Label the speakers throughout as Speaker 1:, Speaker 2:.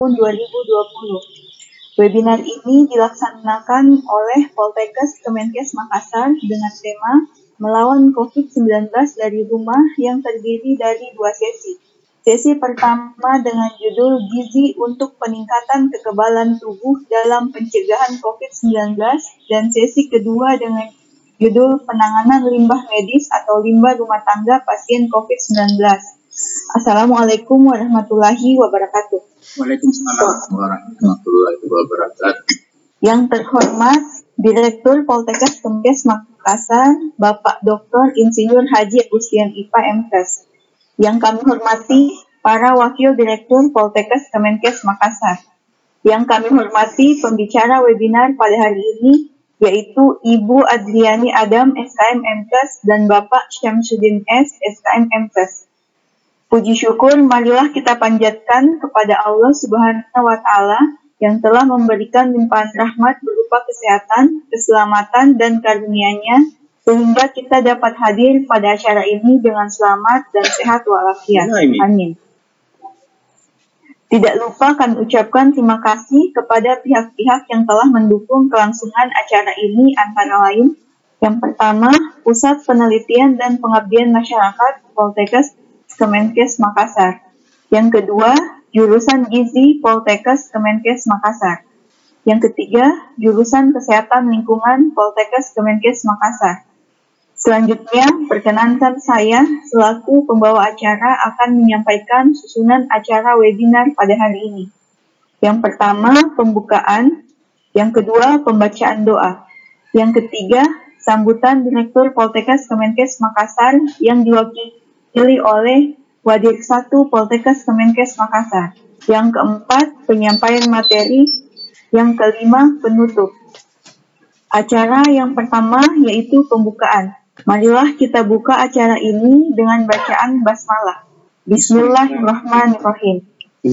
Speaker 1: 2020. Webinar ini dilaksanakan oleh Poltekkes Kemenkes Makassar dengan tema Melawan COVID-19 dari Rumah yang terdiri dari 2 sesi. Sesi pertama dengan judul Gizi untuk Peningkatan Kekebalan Tubuh dalam Pencegahan COVID-19 dan sesi kedua dengan judul Penanganan Limbah Medis atau Limbah Rumah Tangga Pasien COVID-19. Assalamualaikum warahmatullahi wabarakatuh.
Speaker 2: Waalaikumsalam warahmatullahi wabarakatuh.
Speaker 1: Yang terhormat Direktur Poltekkes Kemenkes Makassar, Bapak Dr. Insinyur Haji Agustian IPA MKes. Yang kami hormati para Wakil Direktur Poltekkes Kemenkes Makassar. Yang kami hormati pembicara webinar pada hari ini, yaitu Ibu Adriani Adam, SKM MKes, dan Bapak Syamsuddin S, SKM MKes. Puji syukur marilah kita panjatkan kepada Allah Subhanahu wa Ta'ala yang telah memberikan limpahan rahmat berupa kesehatan, keselamatan, dan karunia-Nya sehingga kita dapat hadir pada acara ini dengan selamat dan sehat walafiat. Amin. Tidak lupa kami ucapkan terima kasih kepada pihak-pihak yang telah mendukung kelangsungan acara ini, antara lain yang pertama, Pusat Penelitian dan Pengabdian Masyarakat Poltekkes Kemenkes Makassar. Yang kedua, Jurusan Gizi Poltekkes Kemenkes Makassar. Yang ketiga, Jurusan Kesehatan Lingkungan Poltekkes Kemenkes Makassar. Selanjutnya, perkenankan saya selaku pembawa acara akan menyampaikan susunan acara webinar pada hari ini. Yang pertama, pembukaan. Yang kedua, pembacaan doa. Yang ketiga, sambutan Direktur Poltekkes Kemenkes Makassar yang diwakili oleh Wadir 1 Poltekkes Kemenkes Makassar. Yang keempat, penyampaian materi. Yang kelima, penutup. Acara yang pertama yaitu pembukaan. Marilah kita buka acara ini dengan bacaan basmalah. Bismillahirrahmanirrahim.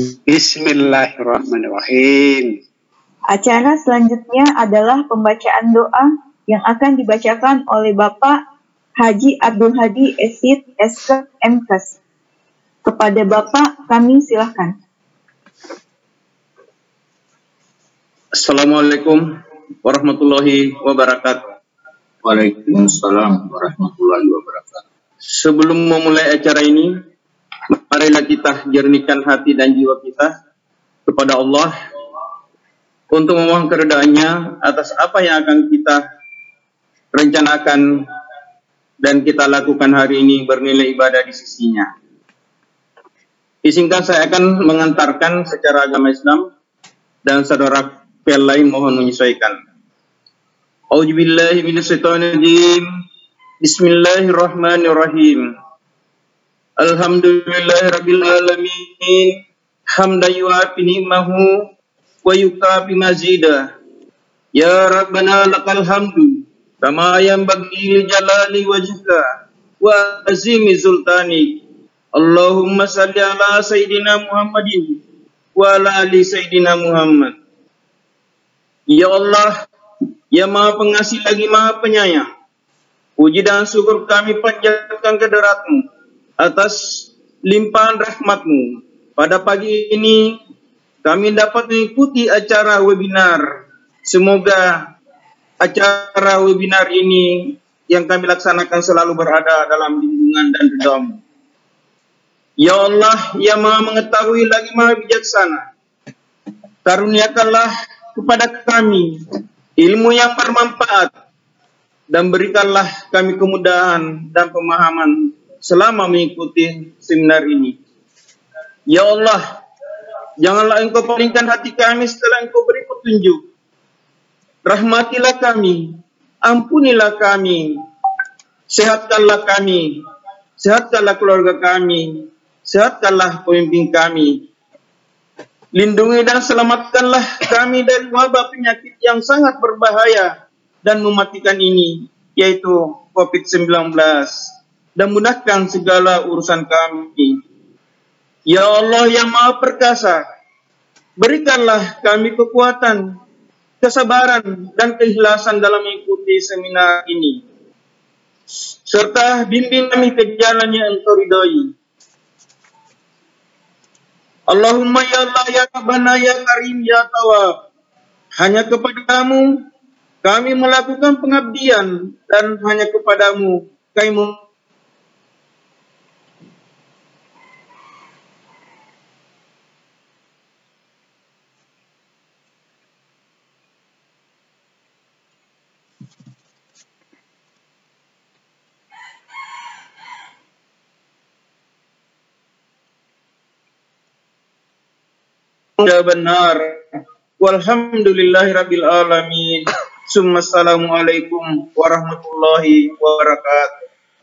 Speaker 2: Bismillahirrahmanirrahim.
Speaker 1: Acara selanjutnya adalah pembacaan doa yang akan dibacakan oleh Bapak Haji Abdul Hadi Esid SK MKes. Kepada Bapak kami silahkan.
Speaker 2: Assalamualaikum warahmatullahi wabarakatuh.
Speaker 3: Waalaikumsalam warahmatullahi wabarakatuh.
Speaker 2: Sebelum memulai acara ini, marilah kita jernihkan hati dan jiwa kita kepada Allah untuk memohon keridhaannya atas apa yang akan kita rencanakan dan kita lakukan hari ini bernilai ibadah di sisinya. Izinkan saya akan mengantarkan secara agama Islam dan saudara yang lain mohon menyesuaikan. A'udzubillahi minasyaitonirrajim. Bismillahirrahmanirrahim. Alhamdulillahirabbil alamin. Hamdan yu'afi ni'mahu wa yukafi mazida. Ya Rabbana lakal hamdu kama yanbaghi jalali wajhika wa azimi sultanik. Allahumma salli ala Sayyidina Muhammadin wa ala ali Sayyidina Muhammad. Ya Allah, Ya Maha Pengasih lagi Maha Penyayang, puji dan syukur kami panjatkan kehadirat-Mu atas limpahan rahmat-Mu. Pada pagi ini kami dapat mengikuti acara webinar. Semoga acara webinar ini yang kami laksanakan selalu berada dalam lindungan dan ridha-Mu. Ya Allah, Ya Maha Mengetahui lagi Maha Bijaksana, karuniakanlah kepada kami ilmu yang bermanfaat dan berikanlah kami kemudahan dan pemahaman selama mengikuti seminar ini. Ya Allah, janganlah Engkau palingkan hati kami setelah Engkau beri petunjuk. Rahmatilah kami, ampunilah kami, sehatkanlah kami, sehatkanlah keluarga kami, sehatkanlah pemimpin kami. Lindungi dan selamatkanlah kami dari wabah penyakit yang sangat berbahaya dan mematikan ini, yaitu COVID-19. Dan mudahkan segala urusan kami. Ya Allah yang Maha Perkasa, berikanlah kami kekuatan, kesabaran, dan keikhlasan dalam mengikuti seminar ini. Serta bimbing kami ke jalan yang Engkau ridhoi. Allahumma ya Allah ya Rabbana ya Karim ya Tawwab. Hanya kepadamu kami melakukan pengabdian dan hanya kepadamu kami ya benar. Walhamdulillahi rabbil alamin. Summa assalamualaikum warahmatullahi wabarakatuh.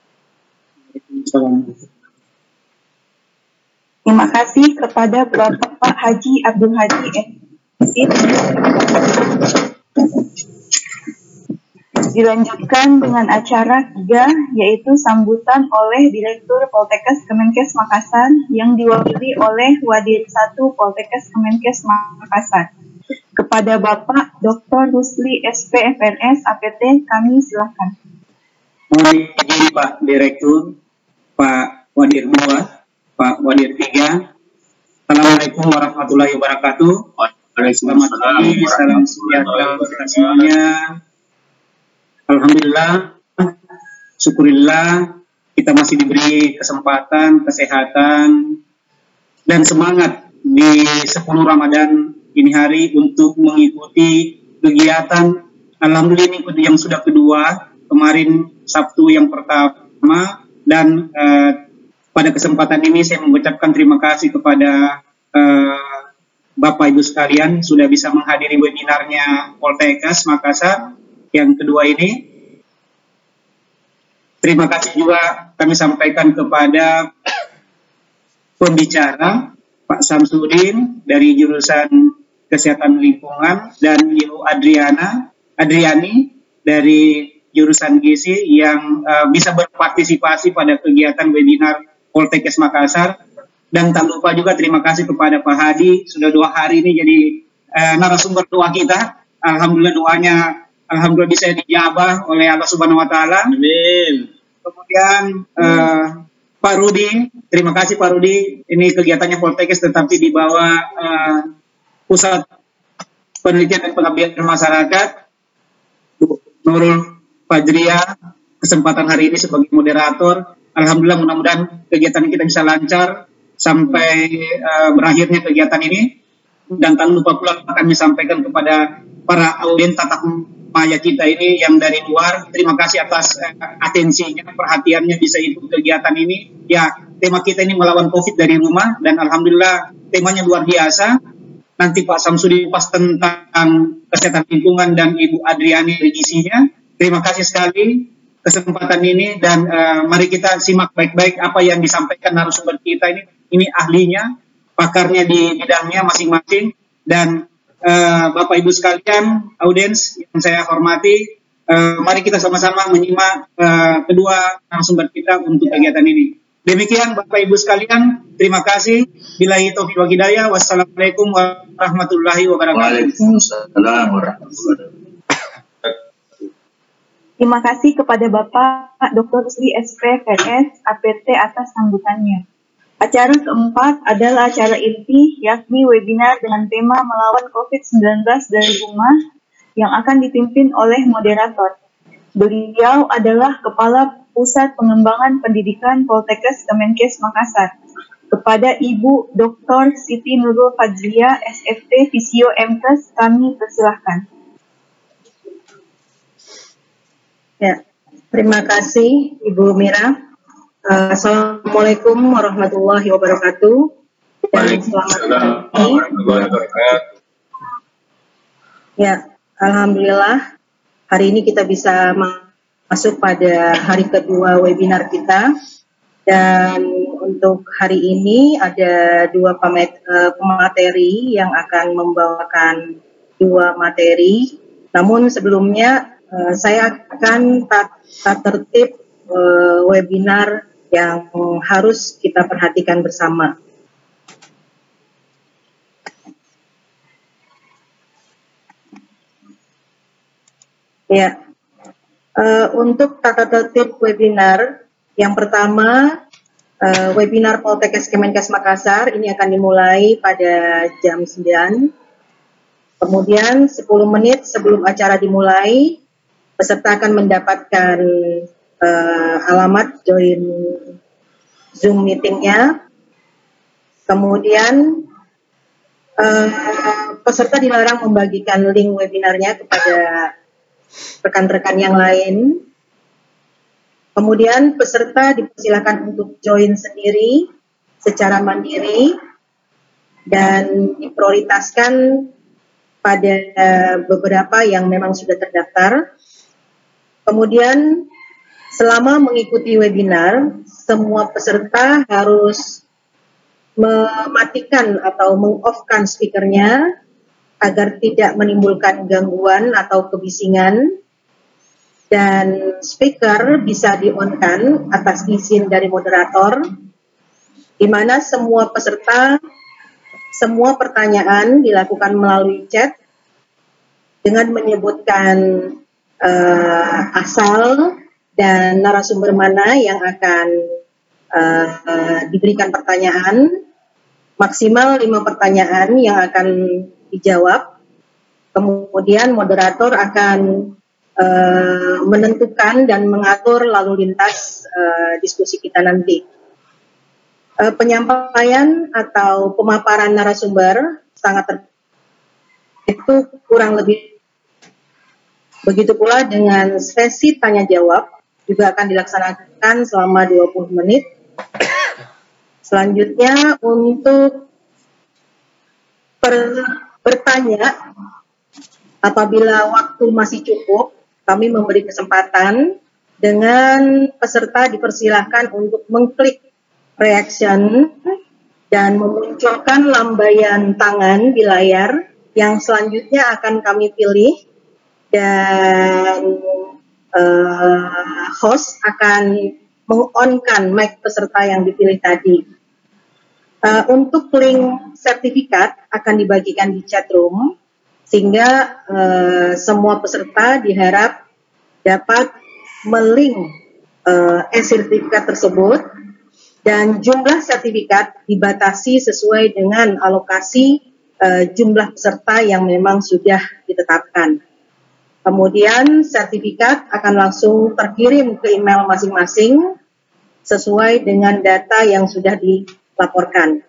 Speaker 1: Terima kasih kepada Bapak Haji Abdul Haji Sid. Dilanjutkan dengan acara 3, yaitu sambutan oleh Direktur Poltekkes Kemenkes Makassar yang diwakili oleh Wadir 1 Poltekkes Kemenkes Makassar. Kepada Bapak Dr. Rusli SP FNS APT, kami silakan.
Speaker 4: Mohon izin Pak Direktur, Pak Wadir 2, Pak Wadir 3. Assalamualaikum warahmatullahi wabarakatuh. Selamat pagi, salam sejahtera untuk kita semuanya. Alhamdulillah, syukurillah, kita masih diberi kesempatan, kesehatan, dan semangat di 10 Ramadan ini hari untuk mengikuti kegiatan. Alhamdulillah ini yang sudah kedua, kemarin Sabtu yang pertama, dan pada kesempatan ini saya mengucapkan terima kasih kepada Bapak Ibu sekalian sudah bisa menghadiri webinarnya Poltekkes Makassar yang kedua ini. Terima kasih juga kami sampaikan kepada pembicara Pak Samsudin dari jurusan Kesehatan Lingkungan dan Ibu Adriani dari jurusan Gizi yang bisa berpartisipasi pada kegiatan webinar Poltekkes Makassar. Dan tak lupa juga terima kasih kepada Pak Hadi, sudah 2 hari ini jadi narasumber doa kita. Alhamdulillah doanya alhamdulillah bisa dijabah oleh Allah Subhanahu wa taala.
Speaker 2: Amin.
Speaker 4: Kemudian Pak Rudi, terima kasih Pak Rudi. Ini kegiatannya Poltekkes tetapi di bawah Pusat Penelitian dan Pengabdian Masyarakat. Nurul Fajria kesempatan hari ini sebagai moderator. Alhamdulillah mudah-mudahan kegiatan kita bisa lancar sampai berakhirnya kegiatan ini. Dan tak lupa pula kami sampaikan kepada para audien tatap maya kita ini yang dari luar, terima kasih atas atensinya, perhatiannya bisa ikut kegiatan ini. Ya, tema kita ini melawan COVID dari rumah, dan alhamdulillah temanya luar biasa. Nanti Pak Samsudin pas tentang kesehatan lingkungan dan Ibu Adriani gizinya. Terima kasih sekali kesempatan ini, dan mari kita simak baik-baik apa yang disampaikan narasumber kita ini. Ini ahlinya, pakarnya di bidangnya masing-masing, dan Bapak Ibu sekalian, audiens yang saya hormati, mari kita sama-sama menyimak kedua narasumber kita untuk kegiatan ini. Demikian Bapak Ibu sekalian, terima kasih. Billahi taufiq wal hidayah. Wassalamualaikum warahmatullahi wabarakatuh.
Speaker 3: Waalaikumsalam warahmatullahi wabarakatuh.
Speaker 1: Terima kasih kepada Bapak Dr. Rusli SP FNS APT atas sambutannya. Acara keempat adalah acara inti, yakni webinar dengan tema melawan COVID-19 dari rumah yang akan dipimpin oleh moderator. Beliau adalah Kepala Pusat Pengembangan Pendidikan Poltekkes Kemenkes Makassar. Kepada Ibu Dr. Siti Nurul Fajria, SFT Visio MKes, kami persilahkan.
Speaker 5: Ya, terima kasih Ibu Mira. Assalamualaikum warahmatullahi wabarakatuh. Dan selamat pagi. Ya, alhamdulillah hari ini kita bisa masuk pada hari kedua webinar kita. Dan untuk hari ini ada 2 pemateri yang akan membawakan 2 materi. Namun sebelumnya saya akan tata tertib webinar yang harus kita perhatikan bersama. Ya, untuk tata tertib webinar, yang pertama Webinar Poltekkes Kemenkes Makassar ini akan dimulai pada jam 9. Kemudian 10 menit sebelum acara dimulai, peserta akan mendapatkan alamat join Zoom meetingnya. Kemudian peserta dilarang membagikan link webinarnya kepada rekan-rekan yang lain. Kemudian peserta dipersilakan untuk join sendiri secara mandiri dan diprioritaskan pada beberapa yang memang sudah terdaftar. Kemudian selama mengikuti webinar, semua peserta harus mematikan atau meng-off-kan speakernya agar tidak menimbulkan gangguan atau kebisingan. Dan speaker bisa di-on-kan atas izin dari moderator, di mana semua peserta, semua pertanyaan dilakukan melalui chat dengan menyebutkan asal dan narasumber mana yang akan diberikan pertanyaan, maksimal 5 pertanyaan yang akan dijawab. Kemudian moderator akan menentukan dan mengatur lalu lintas diskusi kita nanti. Penyampaian atau pemaparan narasumber itu kurang lebih begitu pula dengan sesi tanya jawab juga akan dilaksanakan selama 20 menit. Selanjutnya untuk bertanya, apabila waktu masih cukup, kami memberi kesempatan dengan peserta dipersilahkan untuk mengklik reaction dan memunculkan lambaian tangan di layar yang selanjutnya akan kami pilih dan host akan meng-on-kan mic peserta yang dipilih tadi. Untuk link sertifikat akan dibagikan di chat room sehingga semua peserta diharap dapat melink e-sertifikat tersebut dan jumlah sertifikat dibatasi sesuai dengan alokasi jumlah peserta yang memang sudah ditetapkan. Kemudian sertifikat akan langsung terkirim ke email masing-masing sesuai dengan data yang sudah dilaporkan.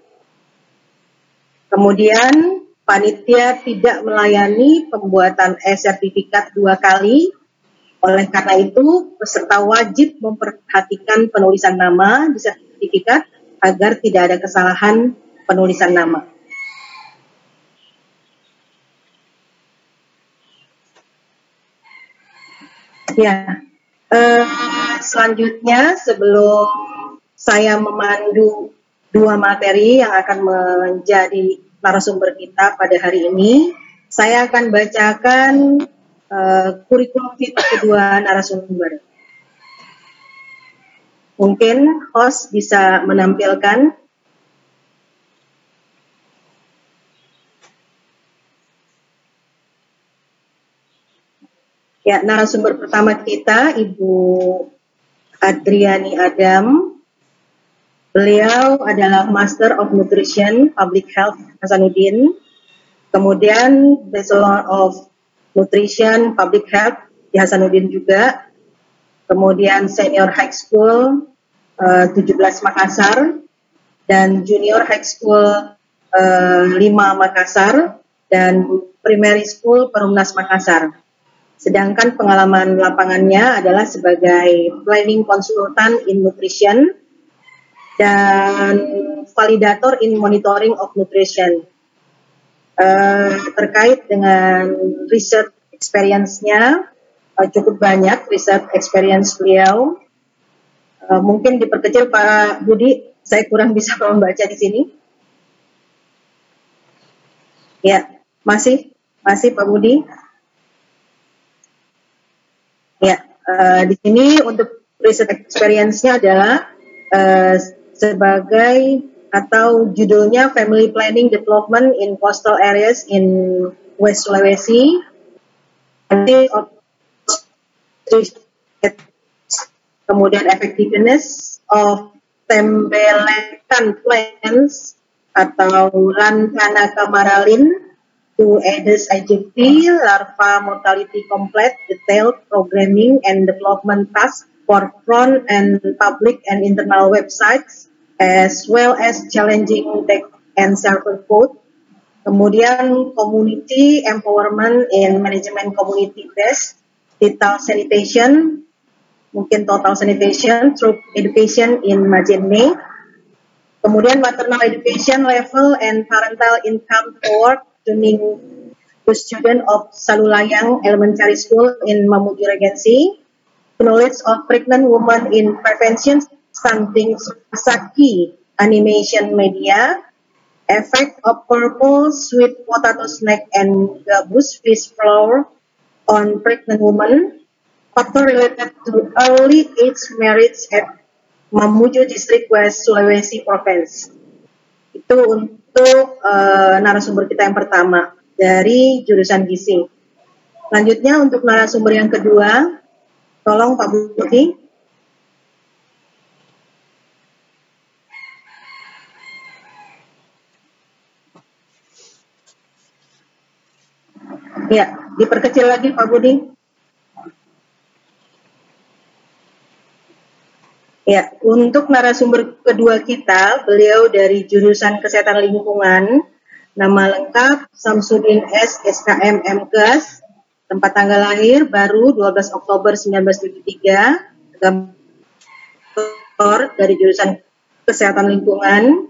Speaker 5: Kemudian panitia tidak melayani pembuatan e-sertifikat 2 kali. Oleh karena itu, peserta wajib memperhatikan penulisan nama di sertifikat agar tidak ada kesalahan penulisan nama. Ya, selanjutnya sebelum saya memandu 2 materi yang akan menjadi narasumber kita pada hari ini, saya akan bacakan kurikulum vitae kedua narasumber. Mungkin host bisa menampilkan. Ya, narasumber pertama kita Ibu Adriani Adam. Beliau adalah Master of Nutrition Public Health Hasanuddin. Kemudian Bachelor of Nutrition Public Health di Hasanuddin juga. Kemudian Senior High School 17 Makassar dan Junior High School 5 Makassar dan Primary School Perumnas Makassar. Sedangkan pengalaman lapangannya adalah sebagai Planning Consultant in Nutrition dan Validator in Monitoring of Nutrition. Terkait dengan research experience-nya, cukup banyak research experience beliau. Mungkin diperkecil Pak Budi, saya kurang bisa membaca di sini. Ya, masih Pak Budi. Ya, di sini untuk research experience-nya adalah sebagai atau judulnya Family Planning Development in Coastal Areas in West Sulawesi. Kemudian effectiveness of Tembelekan Plans atau Lantana Kamaralin to Aedes aegypti Larva Mortality Complete Detailed Programming and Development Task for front and public and internal websites as well as challenging back and server code. Kemudian Community Empowerment in Management Community Based Total Sanitation, mungkin Total Sanitation through Education in Majene. Kemudian Maternal Education Level and Parental Income Toward Tuning to Student of Salulayang Elementary School in Mamuju Regency. Knowledge of Pregnant Women in Prevention Stunting Saki Animation Media. Effect of purple sweet potato snack and gabus fish flour on pregnant women. Factor related to early age marriage at Mamuju District West Sulawesi Province. Itu untuk narasumber kita yang pertama dari jurusan gizi. Selanjutnya untuk narasumber yang kedua, tolong Pak Budi. Ya, diperkecil lagi Pak Budi. Ya, untuk narasumber kedua kita, beliau dari jurusan Kesehatan Lingkungan, nama lengkap Samsudin S. SKM MKes, tempat tanggal lahir baru 12 Oktober 1973, doktor dari jurusan Kesehatan Lingkungan,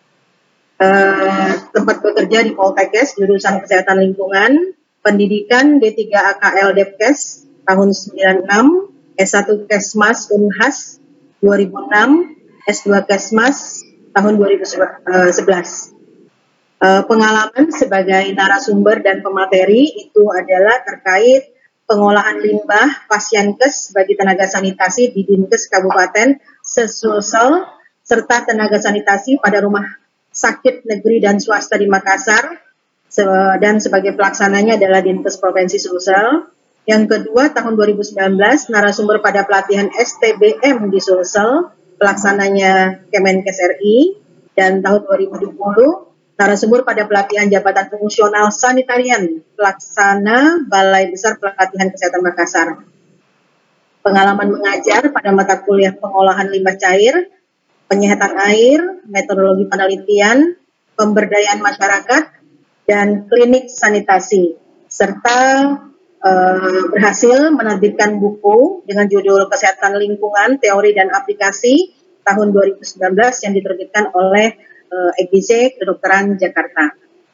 Speaker 5: tempat bekerja di Poltekkes, jurusan Kesehatan Lingkungan, pendidikan D3 AKL Depkes tahun 96, S1 Kesmas Unhas 2006, S2 Kesmas tahun 2011. Pengalaman sebagai narasumber dan pemateri itu adalah terkait pengolahan limbah Pasienkes bagi tenaga sanitasi di Dinkes Kabupaten Sesulsel serta tenaga sanitasi pada rumah sakit negeri dan swasta di Makassar, dan sebagai pelaksananya adalah Dinkes Provinsi Sulsel. Yang kedua, tahun 2019, narasumber pada pelatihan STBM di Sulsel, pelaksananya Kemenkes RI. Dan tahun 2020, narasumber pada pelatihan jabatan fungsional sanitarian, pelaksana Balai Besar Pelatihan Kesehatan Makassar. Pengalaman mengajar pada mata kuliah pengolahan limbah cair, penyihatan air, metodologi penelitian, pemberdayaan masyarakat, dan klinik sanitasi, serta berhasil menerbitkan buku dengan judul Kesehatan Lingkungan, Teori dan Aplikasi tahun 2019 yang diterbitkan oleh EGC Kedokteran Jakarta.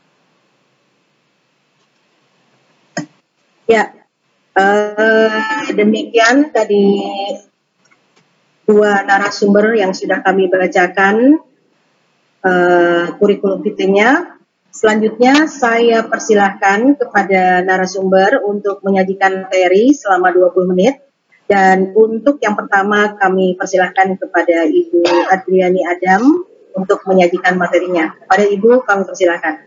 Speaker 5: Ya, demikian tadi dua narasumber yang sudah kami bacakan kurikulum vitae-nya. Selanjutnya saya persilahkan kepada narasumber untuk menyajikan materi selama 20 menit. Dan untuk yang pertama kami persilahkan kepada Ibu Adriani Adam untuk menyajikan materinya. Pada Ibu kami persilahkan.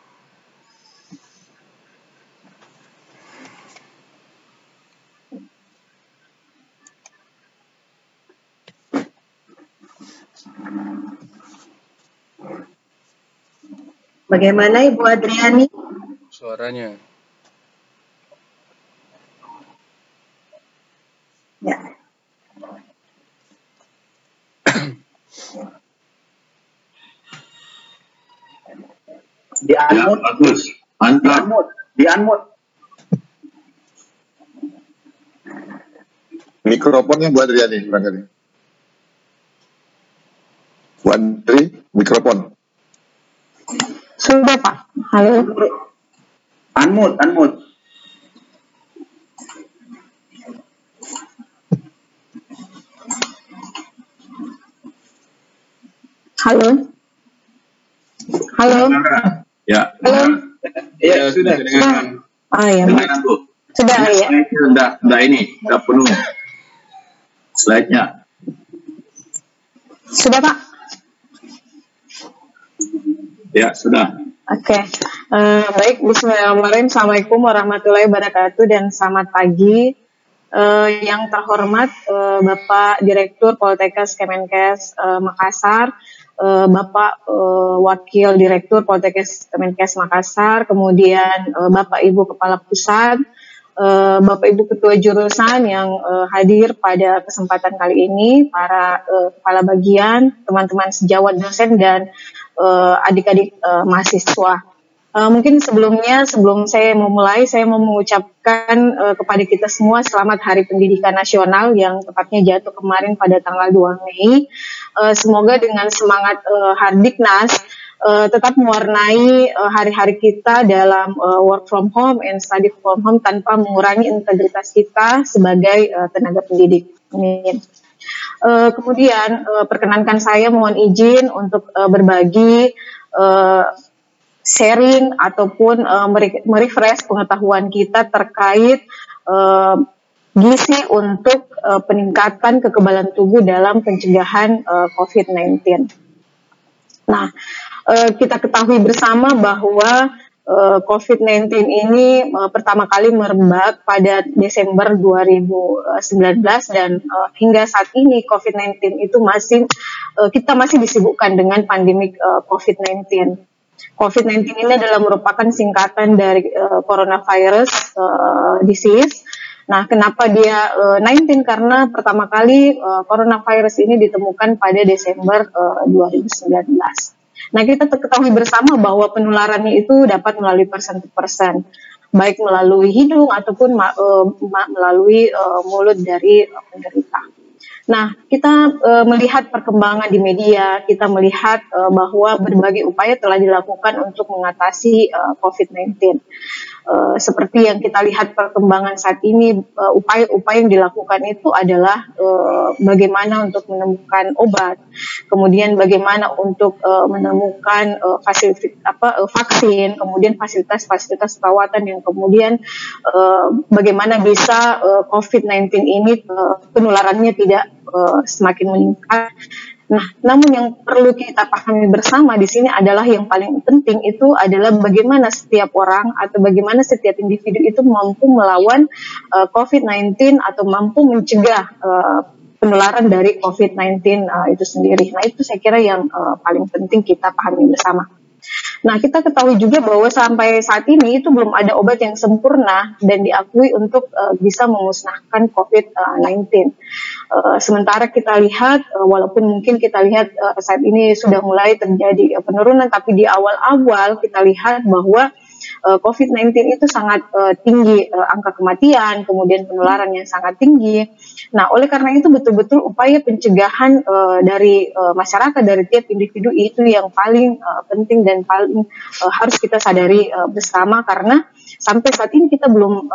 Speaker 5: Bagaimana Ibu Adriani?
Speaker 6: Suaranya.
Speaker 5: Ya.
Speaker 3: Di-unmute. Ya, bagus. Mantap.
Speaker 4: Di-unmute.
Speaker 7: Mikrofonnya Bu Adriani, barangkali. Bu Adri, mikrofon.
Speaker 1: Sudah Pak. Halo.
Speaker 3: Unmute.
Speaker 1: Halo. Halo.
Speaker 3: Ya.
Speaker 1: Halo.
Speaker 3: Ya, sudah.
Speaker 1: Oh iya. Sudah ya.
Speaker 3: Sudah ini, sudah penuh. Slide-nya.
Speaker 1: Sudah Pak.
Speaker 3: Ya, sudah.
Speaker 1: Oke. Baik, bismillahirrahmanirrahim. Assalamualaikum warahmatullahi wabarakatuh dan selamat pagi Yang terhormat Bapak Direktur Poltekkes Kemenkes Makassar, Bapak Wakil Direktur Poltekkes Kemenkes Makassar, kemudian Bapak Ibu Kepala Pusat, Bapak Ibu Ketua Jurusan yang hadir pada kesempatan kali ini, para kepala bagian, teman-teman sejawat dosen dan adik-adik mahasiswa. Mungkin sebelum saya mau mulai, saya mau mengucapkan kepada kita semua selamat Hari Pendidikan Nasional yang tepatnya jatuh kemarin pada tanggal 2 Mei. Semoga dengan semangat Hardiknas tetap mewarnai hari-hari kita dalam work from home and study from home tanpa mengurangi integritas kita sebagai tenaga pendidik. Amin. Kemudian perkenankan saya mohon izin untuk berbagi sharing ataupun merefresh pengetahuan kita terkait gizi untuk peningkatan kekebalan tubuh dalam pencegahan COVID-19. Nah, kita ketahui bersama bahwa COVID-19 ini pertama kali merebak pada Desember 2019 dan hingga saat ini COVID-19 itu kita masih disibukkan dengan pandemik COVID-19. COVID-19 ini adalah merupakan singkatan dari coronavirus disease. Nah, kenapa dia 19? Karena pertama kali coronavirus ini ditemukan pada Desember 2019. Nah, kita ketahui bersama bahwa penularannya itu dapat melalui person to person, baik melalui hidung ataupun melalui mulut dari penderita. Nah, kita melihat perkembangan di media, kita melihat bahwa berbagai upaya telah dilakukan untuk mengatasi COVID-19. Seperti yang kita lihat perkembangan saat ini, upaya-upaya yang dilakukan itu adalah bagaimana untuk menemukan obat, kemudian bagaimana untuk menemukan vaksin, kemudian fasilitas-fasilitas perawatan yang kemudian bagaimana bisa COVID-19 ini penularannya tidak semakin meningkat. Nah, namun yang perlu kita pahami bersama di sini adalah yang paling penting itu adalah bagaimana setiap orang atau bagaimana setiap individu itu mampu melawan COVID-19 atau mampu mencegah penularan dari COVID-19 itu sendiri. Nah, itu saya kira yang paling penting kita pahami bersama. Nah, kita ketahui juga bahwa sampai saat ini itu belum ada obat yang sempurna dan diakui untuk bisa memusnahkan COVID-19. Sementara kita lihat, walaupun mungkin kita lihat saat ini sudah mulai terjadi penurunan, tapi di awal-awal kita lihat bahwa COVID-19 itu sangat tinggi angka kematian, kemudian penularan yang sangat tinggi. Nah, oleh karena itu betul-betul upaya pencegahan dari masyarakat, dari tiap individu itu yang paling penting dan paling harus kita sadari bersama, karena sampai saat ini kita belum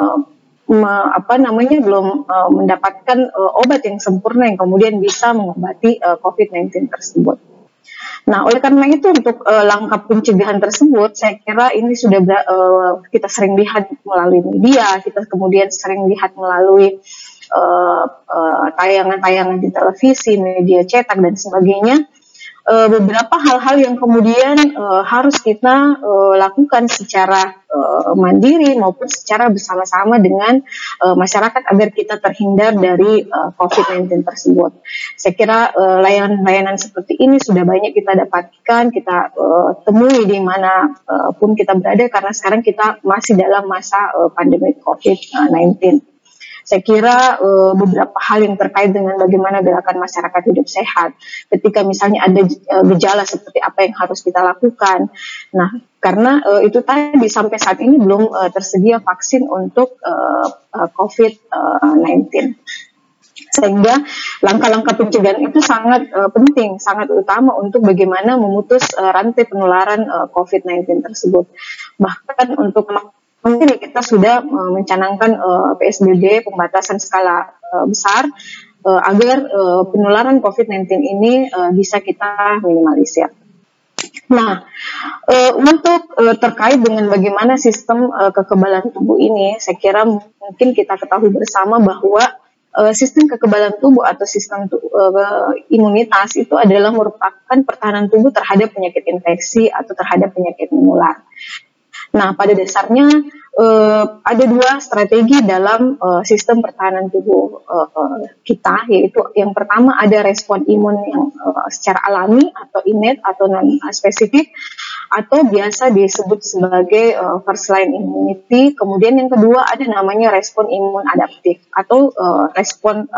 Speaker 1: mendapatkan obat yang sempurna yang kemudian bisa mengobati COVID-19 tersebut. Nah, oleh karena itu untuk langkah pencegahan tersebut, saya kira ini sudah kita sering lihat melalui media, kita kemudian sering lihat melalui tayangan-tayangan di televisi, media cetak dan sebagainya. Beberapa hal-hal yang kemudian harus kita lakukan secara mandiri maupun secara bersama-sama dengan masyarakat agar kita terhindar dari COVID-19 tersebut. Saya kira layanan-layanan seperti ini sudah banyak kita dapatkan, kita temui di mana pun kita berada, karena sekarang kita masih dalam masa pandemi COVID-19. Saya kira beberapa hal yang terkait dengan bagaimana gerakan masyarakat hidup sehat, ketika misalnya ada gejala seperti apa yang harus kita lakukan. Nah, karena itu tadi sampai saat ini belum tersedia vaksin untuk COVID-19. Sehingga langkah-langkah pencegahan itu sangat penting, sangat utama untuk bagaimana memutus rantai penularan COVID-19 tersebut. Bahkan untuk mungkin kita sudah mencanangkan PSBB, pembatasan skala besar, agar penularan COVID-19 ini bisa kita minimalisir. Nah, untuk terkait dengan bagaimana sistem kekebalan tubuh ini, saya kira mungkin kita ketahui bersama bahwa sistem kekebalan tubuh atau sistem imunitas itu adalah merupakan pertahanan tubuh terhadap penyakit infeksi atau terhadap penyakit menular. Nah, pada dasarnya ada dua strategi dalam sistem pertahanan tubuh kita, yaitu yang pertama ada respon imun yang secara alami atau innate atau non spesifik, atau biasa disebut sebagai first line immunity. Kemudian yang kedua ada namanya respon imun adaptif atau respon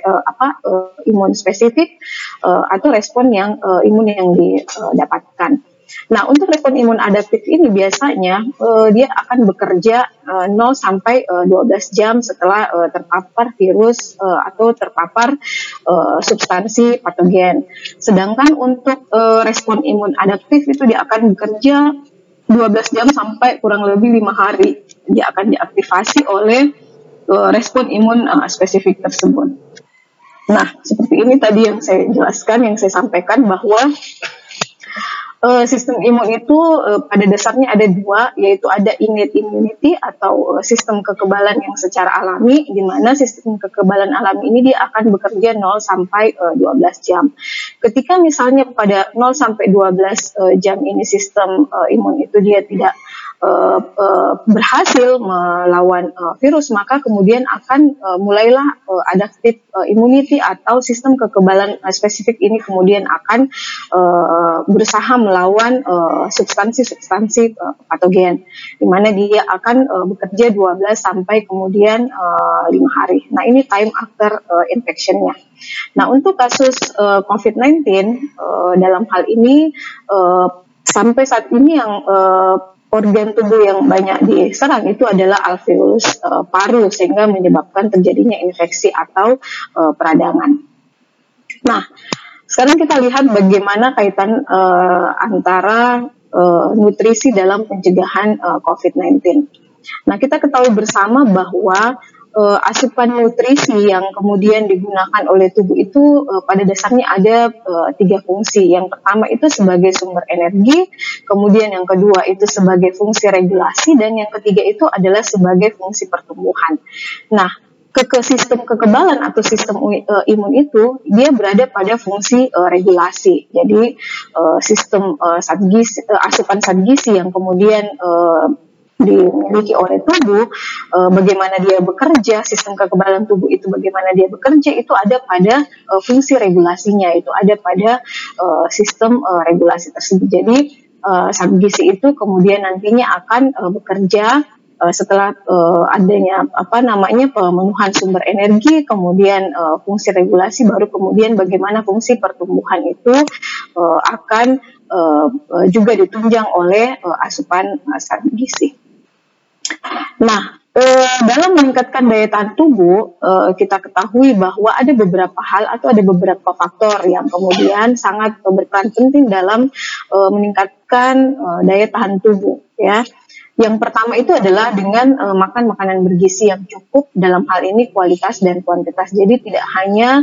Speaker 1: imun spesifik atau respon yang imun yang didapatkan. Nah, untuk respon imun adaptif ini biasanya dia akan bekerja 0 sampai 12 jam setelah terpapar virus atau terpapar substansi patogen. Sedangkan untuk respon imun adaptif itu dia akan bekerja 12 jam sampai kurang lebih 5 hari. Dia akan diaktifasi oleh respon imun spesifik tersebut. Nah, seperti ini tadi yang saya jelaskan, yang saya sampaikan bahwa sistem imun itu pada dasarnya ada dua, yaitu ada innate immunity atau sistem kekebalan yang secara alami, di mana sistem kekebalan alami ini dia akan bekerja 0 sampai 12 jam. Ketika misalnya pada 0 sampai 12 jam ini sistem imun itu dia tidak berhasil melawan virus, maka kemudian akan mulailah adaptive immunity atau sistem kekebalan spesifik ini kemudian akan berusaha melawan substansi-substansi patogen, di mana dia akan bekerja 12 sampai kemudian 5 hari. Nah, ini time after infection-nya. Nah, untuk kasus COVID-19 dalam hal ini sampai saat ini yang organ tubuh yang banyak diserang itu adalah alveolus paru, sehingga menyebabkan terjadinya infeksi atau peradangan. Nah, sekarang kita lihat bagaimana kaitan antara nutrisi dalam pencegahan COVID-19. Nah, kita ketahui bersama bahwa asupan nutrisi yang kemudian digunakan oleh tubuh itu pada dasarnya ada 3 fungsi. Yang pertama itu sebagai sumber energi, kemudian yang kedua itu sebagai fungsi regulasi, dan yang ketiga itu adalah sebagai fungsi pertumbuhan. Nah, sistem kekebalan atau sistem imun itu dia berada pada fungsi regulasi. Jadi sistem asupan zat gizi yang kemudian dimiliki oleh tubuh, bagaimana dia bekerja, sistem kekebalan tubuh itu bagaimana dia bekerja, itu ada pada fungsi regulasinya, itu ada pada sistem regulasi tersebut. Jadi zat gizi itu kemudian nantinya akan bekerja setelah adanya pemenuhan sumber energi, kemudian fungsi regulasi, baru kemudian bagaimana fungsi pertumbuhan itu akan juga ditunjang oleh asupan zat gizi. Nah, dalam meningkatkan daya tahan tubuh, kita ketahui bahwa ada beberapa hal atau ada beberapa faktor yang kemudian sangat berperan penting dalam meningkatkan daya tahan tubuh, ya. Yang pertama itu adalah dengan makan makanan bergizi yang cukup, dalam hal ini kualitas dan kuantitas. Jadi tidak hanya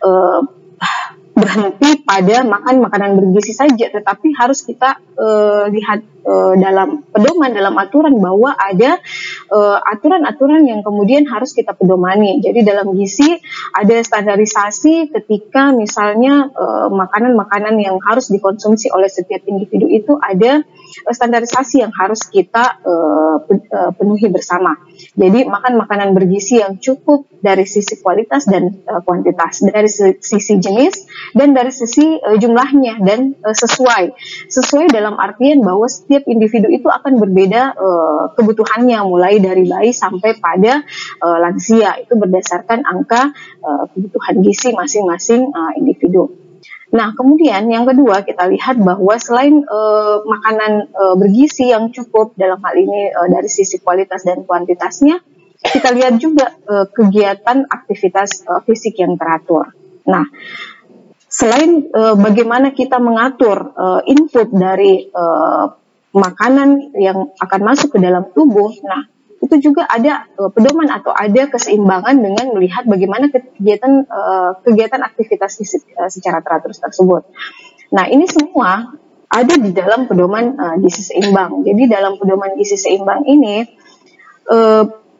Speaker 1: berhenti pada makan makanan bergizi saja, tetapi harus kita lihat dalam pedoman, dalam aturan, bahwa ada aturan-aturan yang kemudian harus kita pedomani. Jadi dalam gizi ada standarisasi ketika misalnya makanan-makanan yang harus dikonsumsi oleh setiap individu itu ada standarisasi yang harus kita penuhi bersama. Jadi makan makanan bergizi yang cukup dari sisi kualitas dan kuantitas, dari sisi jenis dan dari sisi jumlahnya, dan sesuai dalam artian bahwa setiap individu itu akan berbeda kebutuhannya, mulai dari bayi sampai pada lansia, itu berdasarkan angka kebutuhan gizi masing-masing individu. Nah, kemudian yang kedua kita lihat bahwa selain makanan bergizi yang cukup, dalam hal ini dari sisi kualitas dan kuantitasnya, kita lihat juga kegiatan aktivitas fisik yang teratur. Nah, selain bagaimana kita mengatur input dari makanan yang akan masuk ke dalam tubuh, nah itu juga ada pedoman atau ada keseimbangan dengan melihat bagaimana kegiatan aktivitas fisik secara teratur tersebut. Nah, ini semua ada di dalam pedoman gizi seimbang. Jadi dalam pedoman gizi seimbang ini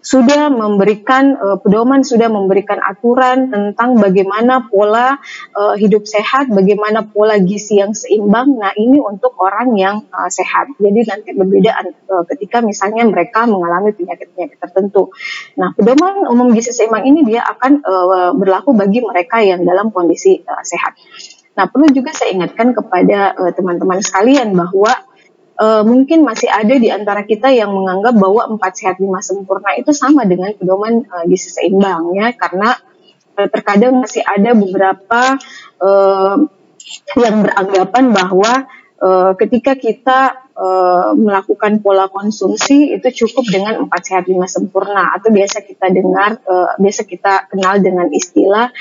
Speaker 6: sudah memberikan pedoman, sudah memberikan aturan tentang bagaimana pola hidup sehat, bagaimana pola gizi yang seimbang. Nah, ini untuk orang yang sehat. Jadi nanti berbeda ketika misalnya mereka mengalami penyakit-penyakit tertentu. Nah, pedoman umum gizi seimbang ini dia akan berlaku bagi mereka yang dalam kondisi sehat. Nah, perlu juga saya ingatkan kepada teman-teman sekalian bahwa mungkin masih ada di antara kita yang menganggap bahwa 4 sehat 5 sempurna itu sama dengan pedoman gizi seimbang, ya, karena terkadang masih ada beberapa yang beranggapan bahwa ketika kita melakukan pola konsumsi itu cukup dengan 4 sehat 5 sempurna, atau biasa kita kenal dengan istilah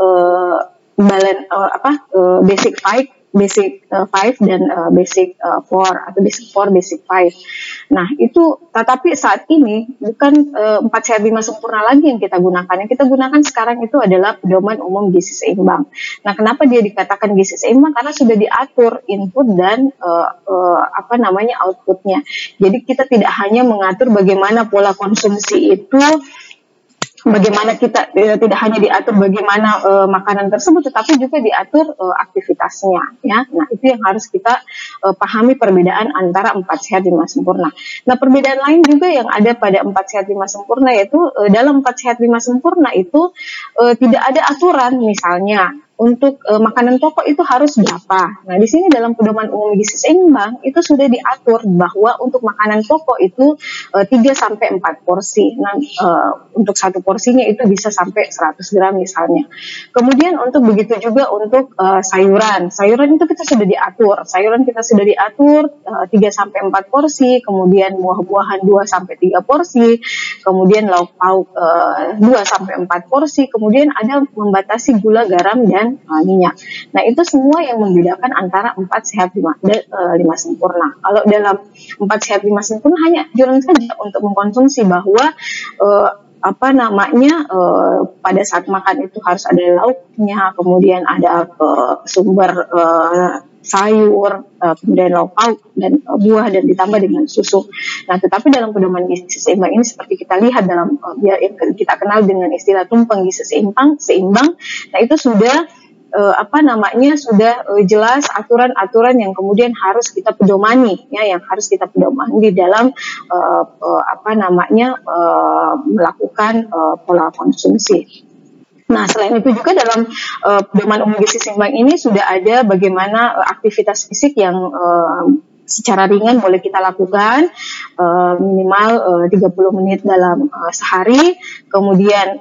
Speaker 6: basic five dan basic four atau basic four, basic five. Nah, itu tetapi saat ini bukan 4 sehat 5 sempurna lagi yang kita gunakan. Yang kita gunakan sekarang itu adalah pedoman umum gizi seimbang. Nah, kenapa dia dikatakan gizi seimbang? Karena sudah diatur input dan outputnya. Jadi kita tidak hanya mengatur bagaimana pola konsumsi itu, bagaimana kita tidak hanya diatur bagaimana makanan tersebut, tetapi juga diatur aktivitasnya, ya. Nah, itu yang harus kita pahami perbedaan antara 4 sehat 5 sempurna. Nah, perbedaan lain juga yang ada pada 4 sehat 5 sempurna yaitu dalam 4 sehat 5 sempurna itu tidak ada aturan, misalnya untuk makanan pokok itu harus berapa. Nah, di sini dalam pedoman umum gizi seimbang itu sudah diatur bahwa untuk makanan pokok itu 3 sampai 4 porsi. Nah, untuk satu porsinya itu bisa sampai 100 gram misalnya. Kemudian untuk begitu juga untuk sayuran. Sayuran itu kita sudah diatur. Sayuran kita sudah diatur 3 sampai 4 porsi, kemudian buah-buahan 2 sampai 3 porsi, kemudian lauk pauk 2 sampai 4 porsi, kemudian ada membatasi gula, garam dan minyak. Nah, itu semua yang membedakan antara 4 sehat 5 sempurna. Kalau dalam 4 sehat 5 sempurna hanya anjuran saja untuk mengkonsumsi bahwa pada saat makan itu harus ada lauknya, kemudian ada sumber sayur, kemudian lauk pauk dan buah, dan ditambah dengan susu. Nah, tetapi dalam pedoman gizi seimbang ini seperti kita lihat dalam yang kita kenal dengan istilah tumpeng gizi seimbang. Nah, itu sudah sudah jelas aturan-aturan yang kemudian harus kita pedomani, ya, yang harus kita pedomani di dalam melakukan pola konsumsi. Nah, selain itu juga dalam pedoman umum gizi seimbang ini sudah ada bagaimana aktivitas fisik yang secara ringan boleh kita lakukan, minimal 30 menit dalam sehari, kemudian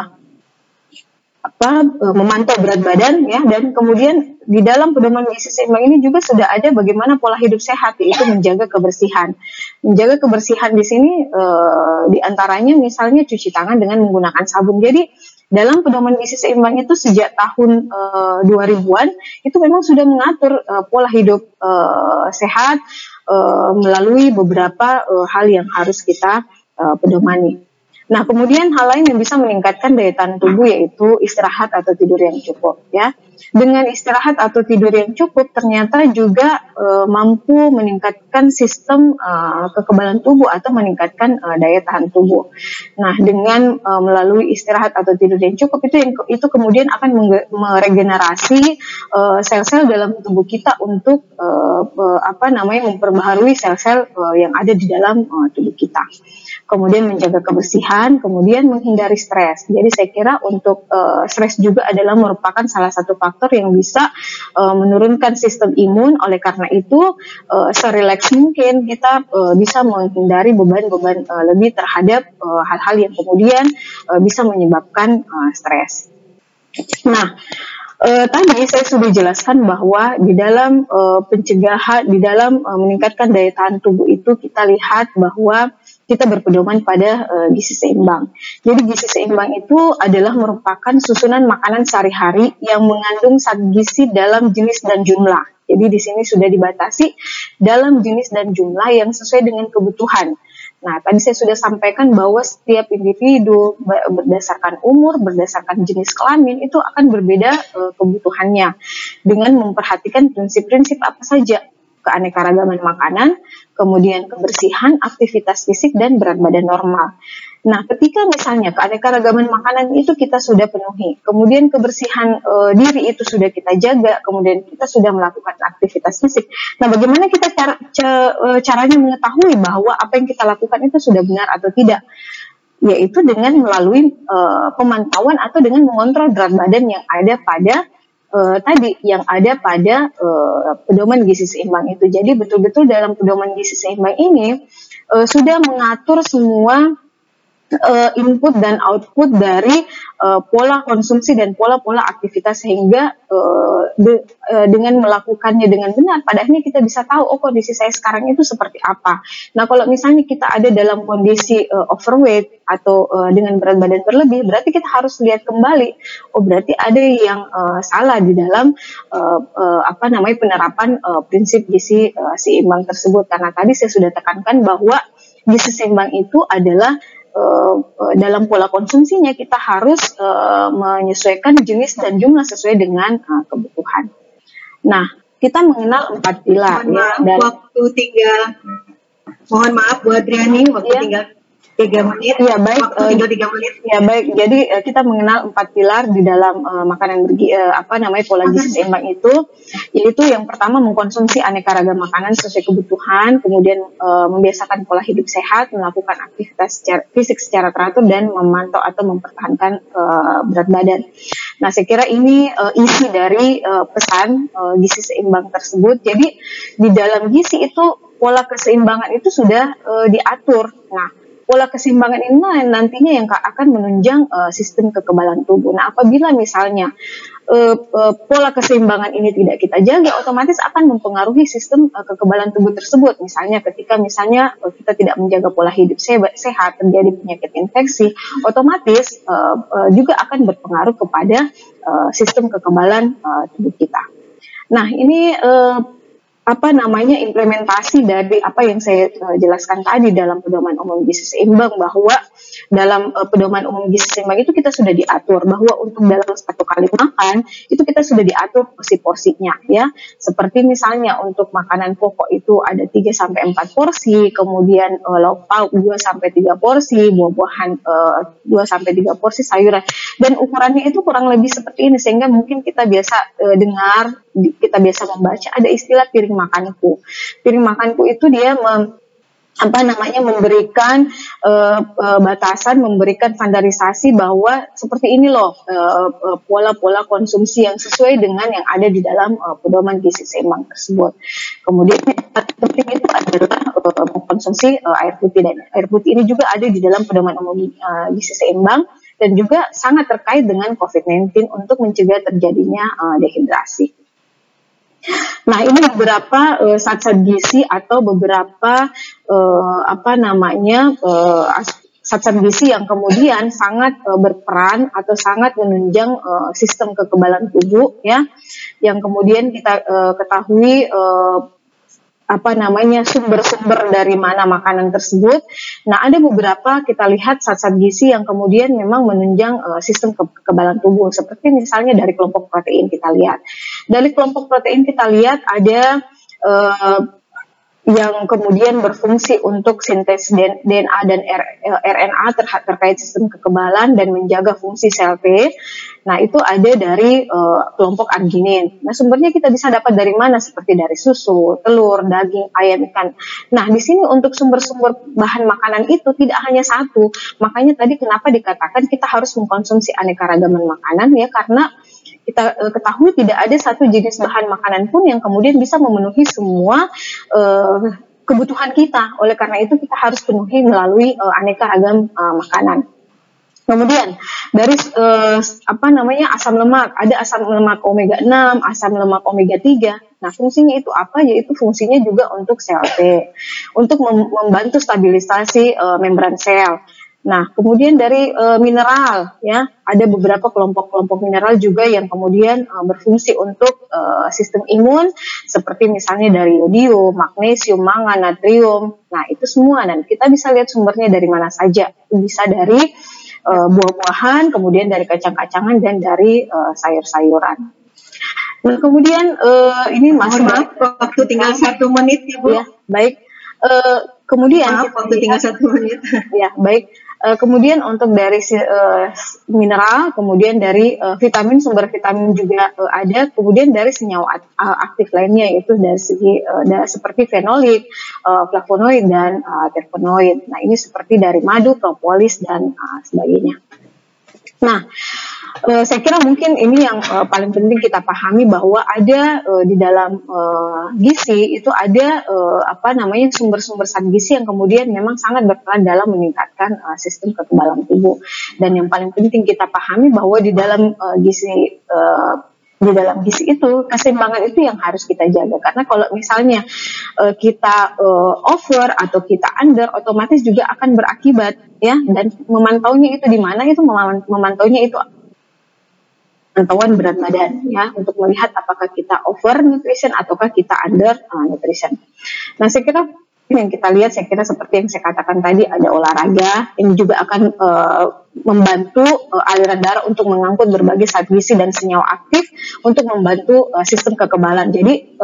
Speaker 6: memantau berat badan, ya, dan kemudian di dalam pedoman gizi seimbang ini juga sudah ada bagaimana pola hidup sehat, yaitu menjaga kebersihan. Menjaga kebersihan di sini di antaranya misalnya cuci tangan dengan menggunakan sabun. Jadi dalam pedoman gizi seimbang itu sejak tahun 2000-an itu memang sudah mengatur pola hidup sehat melalui beberapa hal yang harus kita pedomani. Nah, kemudian hal lain yang bisa meningkatkan daya tahan tubuh yaitu istirahat atau tidur yang cukup, ya. Dengan istirahat atau tidur yang cukup ternyata juga mampu meningkatkan sistem kekebalan tubuh atau meningkatkan daya tahan tubuh. Nah, dengan melalui istirahat atau tidur yang cukup itu kemudian akan meregenerasi sel-sel dalam tubuh kita untuk memperbaharui sel-sel yang ada di dalam tubuh kita. Kemudian menjaga kebersihan, kemudian menghindari stres. Jadi saya kira untuk stres juga adalah merupakan salah satu faktor yang bisa menurunkan sistem imun. Oleh karena itu, serileks mungkin kita bisa menghindari beban-beban lebih terhadap hal-hal yang kemudian bisa menyebabkan stres. Nah, tadi saya sudah jelaskan bahwa di dalam pencegahan, di dalam meningkatkan daya tahan tubuh itu kita lihat bahwa kita berpedoman pada gizi seimbang. Jadi gizi seimbang itu adalah merupakan susunan makanan sehari-hari yang mengandung zat gizi dalam jenis dan jumlah. Jadi di sini sudah dibatasi dalam jenis dan jumlah yang sesuai dengan kebutuhan. Nah, tadi saya sudah sampaikan bahwa setiap individu berdasarkan umur, berdasarkan jenis kelamin itu akan berbeda kebutuhannya dengan memperhatikan prinsip-prinsip apa saja: keanekaragaman makanan, kemudian kebersihan, aktivitas fisik, dan berat badan normal. Nah, ketika misalnya keanekaragaman makanan itu kita sudah penuhi, kemudian kebersihan diri itu sudah kita jaga, kemudian kita sudah melakukan aktivitas fisik. Nah, bagaimana kita caranya mengetahui bahwa apa yang kita lakukan itu sudah benar atau tidak? Yaitu dengan melalui pemantauan atau dengan mengontrol berat badan yang ada pada pedoman gizi seimbang itu. Jadi betul-betul dalam pedoman gizi seimbang ini sudah mengatur semua input dan output dari pola konsumsi dan pola-pola aktivitas, sehingga dengan melakukannya dengan benar pada akhirnya kita bisa tahu kondisi saya sekarang itu seperti apa. Nah, kalau misalnya kita ada dalam kondisi overweight atau dengan berat badan berlebih, berarti kita harus lihat kembali, berarti ada yang salah di dalam penerapan prinsip gizi seimbang tersebut. Karena tadi saya sudah tekankan bahwa gizi seimbang itu adalah dalam pola konsumsinya kita harus menyesuaikan jenis dan jumlah sesuai dengan kebutuhan. Nah, kita mengenal 4 pilar.
Speaker 5: Mohon maaf Bu Adriani, waktu tinggal 3 menit.
Speaker 6: Ya, baik.
Speaker 5: Waktu tinggal 3 menit.
Speaker 6: Ya, baik. Jadi kita mengenal 4 pilar di dalam makanan pola gizi seimbang itu, yaitu yang pertama mengkonsumsi aneka ragam makanan sesuai kebutuhan, kemudian membiasakan pola hidup sehat, melakukan aktivitas fisik secara teratur, dan memantau atau mempertahankan berat badan. Nah, saya kira ini isi dari pesan gizi seimbang tersebut. Jadi di dalam gizi itu pola keseimbangan itu sudah diatur. Nah, pola keseimbangan ini nantinya yang akan menunjang sistem kekebalan tubuh. Nah, apabila misalnya pola keseimbangan ini tidak kita jaga, otomatis akan mempengaruhi sistem kekebalan tubuh tersebut. Misalnya ketika kita tidak menjaga pola hidup sehat, terjadi penyakit infeksi, otomatis juga akan berpengaruh kepada sistem kekebalan tubuh kita. Nah, ini implementasi dari apa yang saya jelaskan tadi dalam pedoman umum gizi seimbang, bahwa dalam pedoman umum gizi seimbang itu kita sudah diatur bahwa untuk dalam satu kali makan itu kita sudah diatur porsi-porsinya, ya. Seperti misalnya untuk makanan pokok itu ada 3-4 porsi, kemudian lauk pauk 2-3 porsi, buah-buahan 2-3 porsi, sayuran, dan ukurannya itu kurang lebih seperti ini, sehingga mungkin kita biasa dengar, kita biasa membaca ada istilah piring makanku. Piring makanku itu dia memberikan batasan, memberikan standarisasi bahwa seperti ini loh pola-pola konsumsi yang sesuai dengan yang ada di dalam pedoman gizi seimbang tersebut. Kemudian penting itu adalah mengkonsumsi air putih, dan air putih ini juga ada di dalam pedoman umum gizi seimbang dan juga sangat terkait dengan COVID-19 untuk mencegah terjadinya dehidrasi. Nah, ini beberapa zat-zat gizi atau beberapa zat-zat gizi yang kemudian sangat berperan atau sangat menunjang sistem kekebalan tubuh, ya, yang kemudian kita ketahui sumber-sumber dari mana makanan tersebut. Nah, ada beberapa kita lihat zat-zat gizi yang kemudian memang menunjang sistem kekebalan tubuh, seperti misalnya dari kelompok protein kita lihat. Dari kelompok protein kita lihat ada yang kemudian berfungsi untuk sintesis DNA dan RNA terkait sistem kekebalan dan menjaga fungsi sel T. Nah, itu ada dari kelompok arginin. Nah, sumbernya kita bisa dapat dari mana? Seperti dari susu, telur, daging, ayam, ikan. Nah, di sini untuk sumber-sumber bahan makanan itu tidak hanya satu. Makanya tadi kenapa dikatakan kita harus mengkonsumsi aneka ragaman makanan, ya, karena kita ketahui tidak ada satu jenis bahan makanan pun yang kemudian bisa memenuhi semua kebutuhan kita. Oleh karena itu kita harus penuhi melalui aneka ragam makanan. Kemudian dari asam lemak, ada asam lemak omega 6, asam lemak omega 3. Nah, fungsinya itu apa? Yaitu fungsinya juga untuk sel T, untuk membantu stabilisasi membran sel. Nah, kemudian dari mineral, ya, ada beberapa kelompok-kelompok mineral juga yang kemudian berfungsi untuk sistem imun, seperti misalnya dari yodium, magnesium, mangan, natrium. Nah, itu semua, dan kita bisa lihat sumbernya dari mana saja. Bisa dari buah-buahan, kemudian dari kacang-kacangan, dan dari sayur-sayuran. Nah, kemudian ini masih
Speaker 5: waktu tinggal 1 menit, Ibu.
Speaker 6: Ya, baik. Kemudian
Speaker 5: waktu tinggal 1 menit.
Speaker 6: Ya, baik. Kemudian untuk dari mineral, kemudian dari vitamin, sumber vitamin juga ada, kemudian dari senyawa aktif lainnya yaitu dari segi seperti fenolik, flavonoid dan terpenoid. Nah, ini seperti dari madu, propolis dan sebagainya. Nah, saya kira mungkin ini yang paling penting kita pahami bahwa ada di dalam gizi itu ada sumber-sumber zat gizi yang kemudian memang sangat berperan dalam meningkatkan sistem kekebalan tubuh. Dan yang paling penting kita pahami bahwa di dalam gizi itu keseimbangan itu yang harus kita jaga, karena kalau misalnya kita over atau kita under, otomatis juga akan berakibat ya. Dan memantaunya itu di mana? Itu memantaunya itu pemantauan berat badan ya, untuk melihat apakah kita over nutrition ataukah kita under nutrition. Nah, saya kira yang kita lihat, saya kira seperti yang saya katakan tadi, ada olahraga ini juga akan membantu aliran darah untuk mengangkut berbagai zat gizi dan senyawa aktif untuk membantu sistem kekebalan. Jadi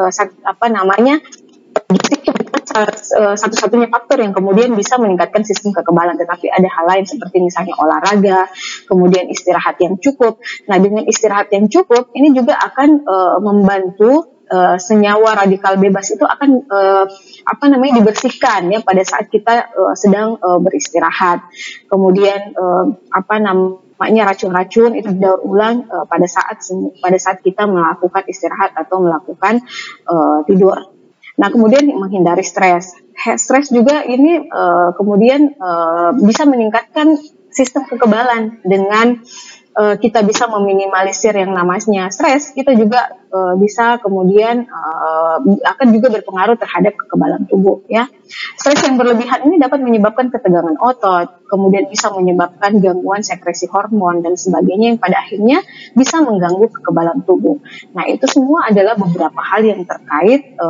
Speaker 6: satu-satunya faktor yang kemudian bisa meningkatkan sistem kekebalan, tetapi ada hal lain seperti misalnya olahraga, kemudian istirahat yang cukup. Nah, dengan istirahat yang cukup ini juga akan membantu senyawa radikal bebas itu akan dibersihkan ya pada saat kita sedang beristirahat. Kemudian racun-racun itu didaur ulang pada saat kita melakukan istirahat atau melakukan tidur. Nah, kemudian menghindari stres. Stres juga ini kemudian bisa meningkatkan sistem kekebalan dengan kita bisa meminimalisir yang namanya stres. Kita juga bisa kemudian akan juga berpengaruh terhadap kekebalan tubuh ya. Stres yang berlebihan ini dapat menyebabkan ketegangan otot, kemudian bisa menyebabkan gangguan sekresi hormon dan sebagainya yang pada akhirnya bisa mengganggu kekebalan tubuh. Nah, itu semua adalah beberapa hal yang terkait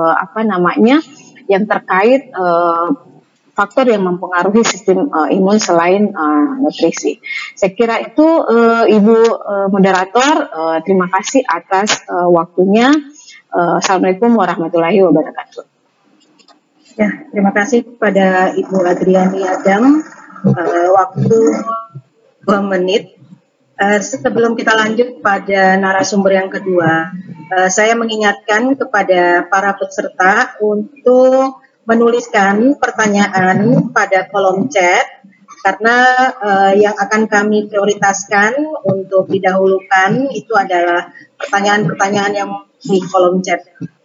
Speaker 6: faktor yang mempengaruhi sistem imun selain nutrisi. Saya kira itu Ibu moderator, terima kasih atas waktunya. Assalamualaikum warahmatullahi wabarakatuh.
Speaker 5: Ya, terima kasih kepada Ibu Adriani Adam. Waktu 2 menit. Sebelum kita lanjut pada narasumber yang kedua, saya mengingatkan kepada para peserta untuk menuliskan pertanyaan pada kolom chat, karena yang akan kami prioritaskan untuk didahulukan itu adalah pertanyaan-pertanyaan yang di kolom chat.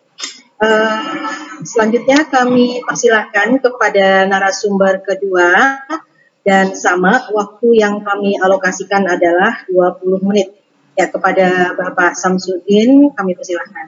Speaker 5: Selanjutnya kami persilahkan kepada narasumber kedua, dan sama waktu yang kami alokasikan adalah 20 menit. Ya, kepada Bapak Samsudin kami persilahkan.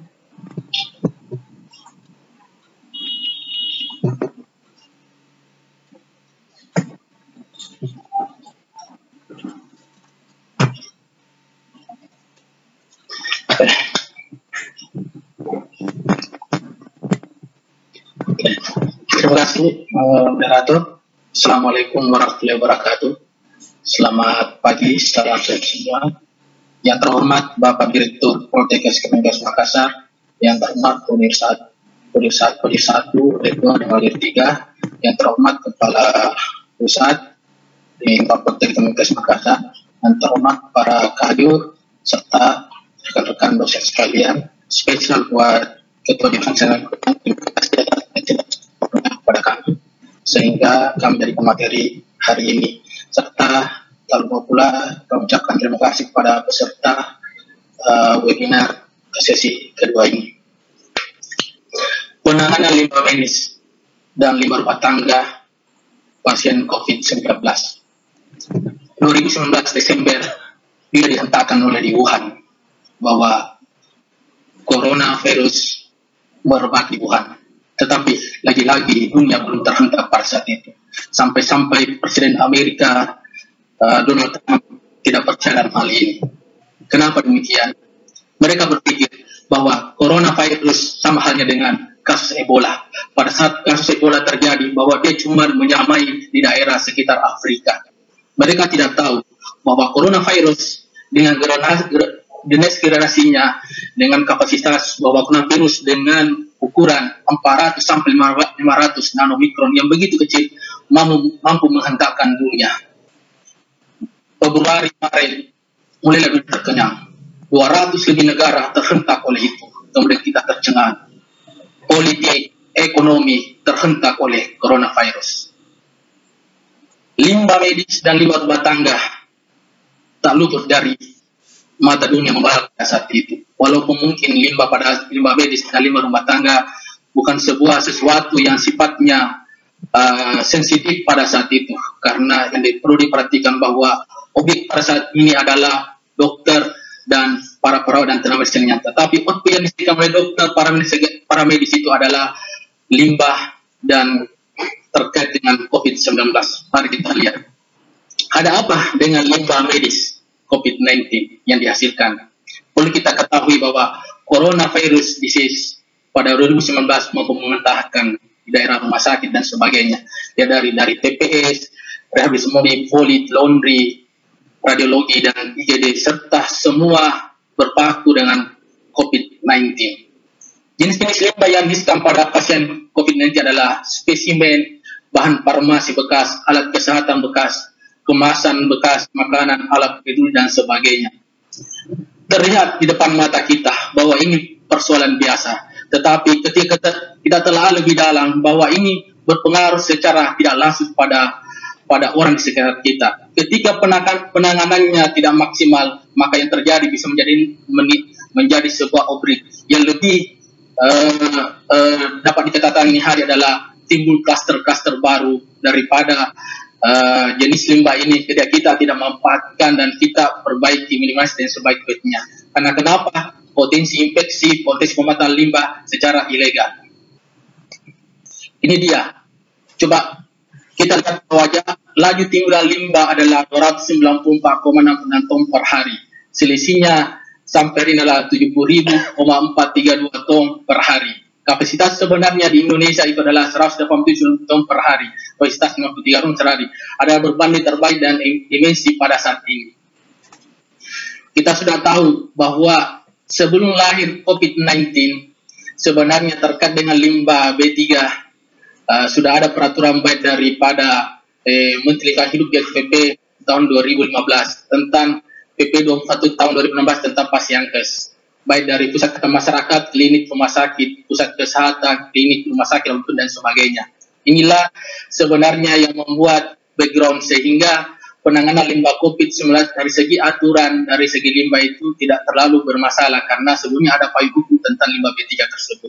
Speaker 8: Terima kasih moderator. Assalamualaikum warahmatullahi wabarakatuh. Selamat pagi, salam sehat semua. Yang terhormat Bapak Direktur Poltekkes Kemenkes Makassar, yang terhormat Kodir 1, Rektor dan Kodir 3, yang terhormat Kepala Pusat di Poltekkes Kemenkes Makassar, yang terhormat para kadir serta rekan-rekan dosen sekalian, spesial buat Ketua Divisi terima kasih kepada kami sehingga kami dari pemateri hari ini, serta tak lupa pula kami ucapkan terima kasih kepada peserta webinar sesi kedua ini. Penanganan limbah medis dan limbah rumah tangga pasien COVID-19. 2019 Desember bila dihentakkan oleh di Wuhan bahwa coronavirus merebak di Wuhan. Tetapi lagi-lagi dunia belum terhentak pada saat itu. Sampai-sampai Presiden Amerika Donald Trump tidak percaya dalam hal ini. Kenapa demikian? Mereka berpikir bahwa coronavirus sama halnya dengan kasus Ebola. Pada saat kasus Ebola terjadi, bahwa dia cuma menyamai di daerah sekitar Afrika. Mereka tidak tahu bahwa coronavirus dengan jenis generasinya, dengan kapasitas bahwa coronavirus dengan ukuran 400 sampai 500 nanomikron yang begitu kecil mampu menghentakkan dunia. Februari, Maret, mulai lebih terkenyang. 200 lebih negara terhentak oleh itu. Kemudian kita tercengang. Politik, ekonomi terhentak oleh coronavirus. Limbah medis dan limbah rumah tangga tak luput dari mata dunia membahas saat itu. Walaupun mungkin limbah medis dan limbah rumah tangga bukan sesuatu yang sifatnya sensitif pada saat itu, karena yang perlu diperhatikan bahwa objek pada saat ini adalah dokter dan para perawat dan tenaga medis yang nyata. Tetapi objek yang disediakan oleh dokter, para medis itu adalah limbah dan terkait dengan COVID-19. Mari kita lihat. Ada apa dengan limbah medis COVID-19 yang dihasilkan? Perlu kita ketahui bahwa coronavirus disease pada 2019 mampu mementahkan di daerah rumah sakit dan sebagainya. Ya, dari TPS, rehabilitasi, polit, laundry, radiologi dan IGD serta semua berpaku dengan COVID-19. Jenis-jenis limbah yang dihasilkan pada pasien COVID-19 adalah spesimen, bahan farmasi bekas, alat kesehatan bekas, kemasan bekas, makanan, alat peduli dan sebagainya. Terlihat di depan mata kita bahwa ini persoalan biasa. Tetapi ketika kita telah lebih dalam bahwa ini berpengaruh secara tidak langsung pada orang di sekitar kita. Ketika penanganannya tidak maksimal, maka yang terjadi bisa menjadi sebuah outbreak yang lebih dapat dicatatkan ini hari adalah timbul klaster-klaster baru daripada jenis limbah ini ketika kita tidak memanfaatkan dan kita perbaiki minimalisasi dan sebaik-baiknya. Karena kenapa? Potensi infeksi, potensi pemanfaatan limbah secara ilegal. Ini dia. Coba kita lihat wajah laju timbulan limbah adalah 294,6 ton per hari. Selisihnya sampai adalah 70.432 ton per hari. Kapasitas sebenarnya di Indonesia itu adalah 187 ton per hari. Kapasitas 53 ton per hari. Ada berbanding terbaik dan dimensi pada saat ini. Kita sudah tahu bahwa sebelum lahir COVID-19, sebenarnya terkait dengan limbah B3, sudah ada peraturan baik daripada Menteri Lingkungan Hidup JLPP tahun 2015 tentang PP 21 tahun 2016 tentang Pasienkes, baik dari pusat kesehatan masyarakat, klinik rumah sakit, pusat kesehatan, klinik rumah sakit, dan sebagainya. Inilah sebenarnya yang membuat background sehingga penanganan limbah COVID-19 dari segi aturan, dari segi limbah itu tidak terlalu bermasalah karena sebelumnya ada payung hukum tentang limbah B3 tersebut.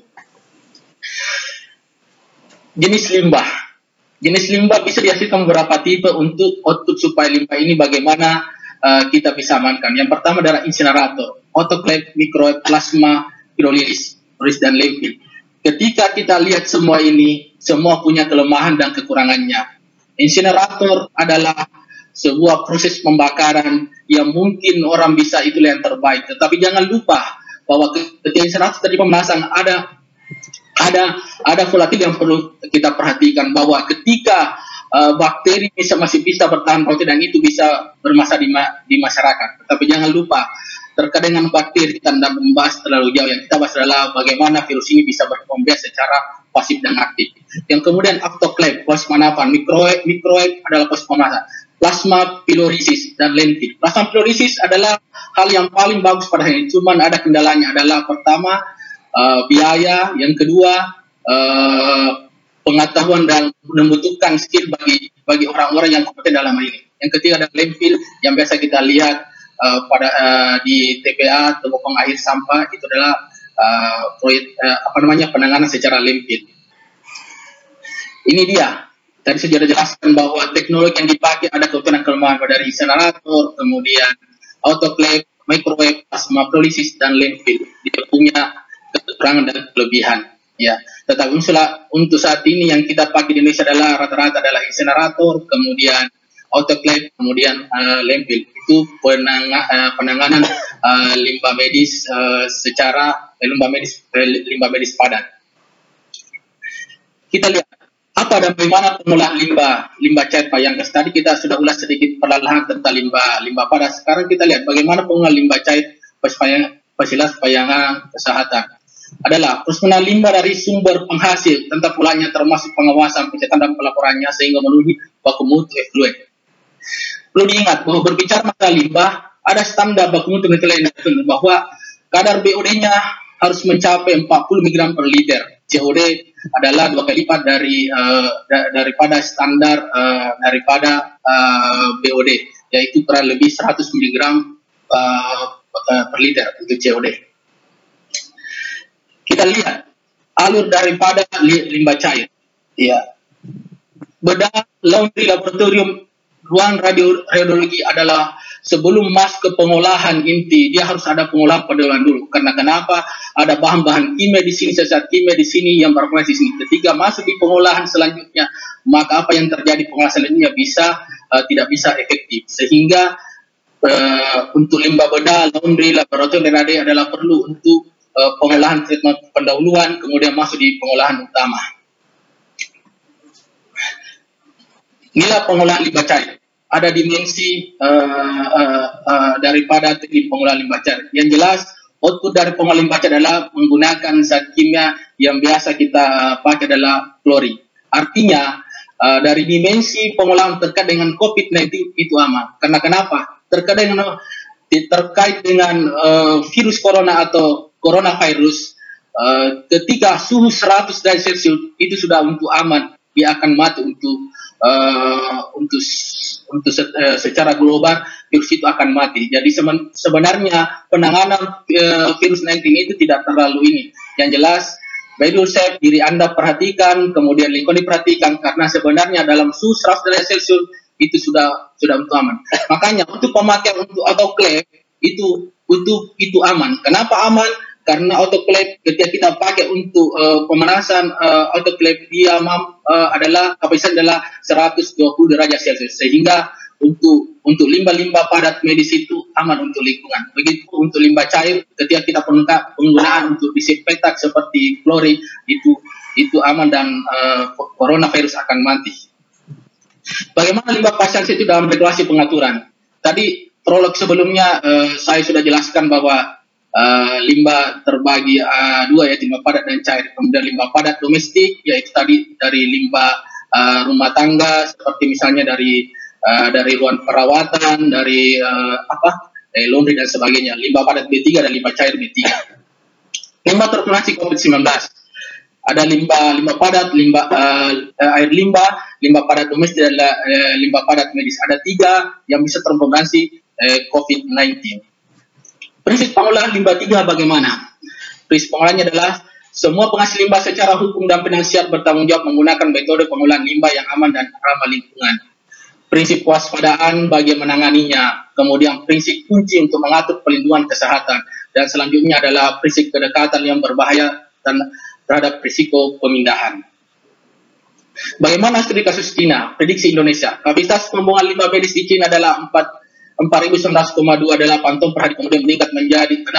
Speaker 8: Jenis limbah bisa dihasilkan beberapa tipe untuk output supaya limbah ini bagaimana kita bisa amankan. Yang pertama adalah insinerator, autoclave, microwave, plasma, pirolisis, dan landfill. Ketika kita lihat semua ini, semua punya kelemahan dan kekurangannya. Insinerator adalah sebuah proses pembakaran yang mungkin orang bisa itu yang terbaik. Tetapi jangan lupa bahwa ketika insinerator tadi pemanasan ada volatil yang perlu kita perhatikan bahwa ketika bakteri masih bisa bertahan dan itu bisa bermasalah di masyarakat. Tetapi jangan lupa terkait dengan bakteri kita tidak membahas terlalu jauh. Yang kita bahas adalah bagaimana virus ini bisa berkembang secara pasif dan aktif. Yang kemudian autoclave, proses pemanasan, microwave adalah proses pemanasan, plasma pirolisis dan landfill. Plasma pirolisis adalah hal yang paling bagus pada hari ini. Cuman ada kendalanya adalah pertama biaya, yang kedua pengetahuan dan membutuhkan skill bagi orang-orang yang kompeten dalam hal ini. Yang ketiga ada landfill yang biasa kita lihat di TPA atau pengakhir sampah itu adalah penanganan secara landfill. Ini dia. Tadi saya sudah jelaskan bahwa teknologi yang dipakai ada kelemahan dari insinerator, kemudian autoclave, microwave, plasma pirolisis dan landfill. Dia punya kekurangan dan kelebihan. Ya, tetapi untuk saat ini yang kita pakai di Indonesia adalah rata-rata adalah insinerator, kemudian autoclave, kemudian landfill. Itu penanganan limbah medis secara limbah medis padat. Kita lihat apa dan bagaimana pengolahan limbah cair Pasienkes. Tadi kita sudah ulas sedikit perlahan tentang limbah padat. Sekarang kita lihat bagaimana pengolahan limbah cair fasilitas pelayanan kesehatan. Adalah pemusnahan limbah dari sumber penghasil tentang polanya termasuk pengawasan, pencatatan dan pelaporannya sehingga memenuhi baku mutu effluent. perlu diingat bahwa berbicara masalah limbah, ada standar baku mutu internasional bahwa kadar BOD-nya harus mencapai 40 mg per liter. COD adalah 2 kali lipat daripada standar daripada BOD, yaitu kurang lebih 100 mg per liter untuk COD. Kita lihat alur daripada limbah cair. Ya. Bedah laundry laboratorium ruang radiologi adalah sebelum masuk ke pengolahan inti, dia harus ada pengolahan pendahuluan dulu. Karena kenapa? Ada bahan-bahan kimia di sini, zat kimia di sini yang berfungsi di sini. Ketika masuk di pengolahan selanjutnya, maka apa yang terjadi pengolahan selanjutnya tidak bisa efektif. Sehingga untuk limbah bedah, laundry, laboratorium dan AD adalah perlu untuk pengolahan treatment pendahuluan, kemudian masuk di pengolahan utama. Inilah pengolahan limbah cair. Ada dimensi daripada teknik pengolahan limbah cair. Yang jelas, output dari pengolahan limbah cair adalah menggunakan zat kimia yang biasa kita pakai adalah klorin. Artinya, dari dimensi pengolahan terkait dengan COVID-19 itu aman. Karena kenapa? Terkait dengan virus corona atau coronavirus, ketika suhu 100 derajat Celcius itu sudah untuk aman, dia akan mati secara global, virus itu akan mati. Jadi sebenarnya penanganan virus 19 itu tidak terlalu ini. Yang jelas, by yourself, diri Anda perhatikan, kemudian lingkungan diperhatikan, karena sebenarnya dalam suhu 100 derajat Celcius itu sudah untuk aman. Makanya untuk pemakaian untuk autoclave itu aman. Kenapa aman? Karena autoclave ketika kita pakai untuk pemanasan autoclave, dia adalah kapasitasnya adalah 120 derajat Celcius, sehingga untuk limbah-limbah padat medis itu aman untuk lingkungan. Begitu untuk limbah cair, ketika kita penggunaan untuk disinfektan seperti klorin itu aman dan coronavirus akan mati. Bagaimana limbah pasien itu dalam regulasi pengaturan? Tadi prolog sebelumnya saya sudah jelaskan bahwa limbah terbagi dua, yaitu limbah padat dan cair. Kemudian limbah padat domestik, yaitu tadi dari limbah rumah tangga, seperti misalnya dari ruang perawatan, dari laundry dan sebagainya. Limbah padat B3 dan limbah cair B3. Limbah terkontaminasi COVID-19. Ada limbah padat, air limbah padat domestik, dan limbah padat medis. Ada 3 yang bisa terkontaminasi COVID-19. Prinsip pengolahan limbah 3 bagaimana? Prinsip pengolahannya adalah semua penghasil limbah secara hukum dan finansial bertanggung jawab menggunakan metode pengolahan limbah yang aman dan ramah lingkungan. Prinsip kewaspadaan bagi menanganinya. Kemudian prinsip kunci untuk mengatur pelindungan kesehatan. Dan selanjutnya adalah prinsip kedekatan yang berbahaya terhadap risiko pemindahan. Bagaimana studi kasus Cina? Prediksi Indonesia. Kapasitas pembuangan limbah medis di Cina adalah 4.900,28 ton per hari, kemudian meningkat menjadi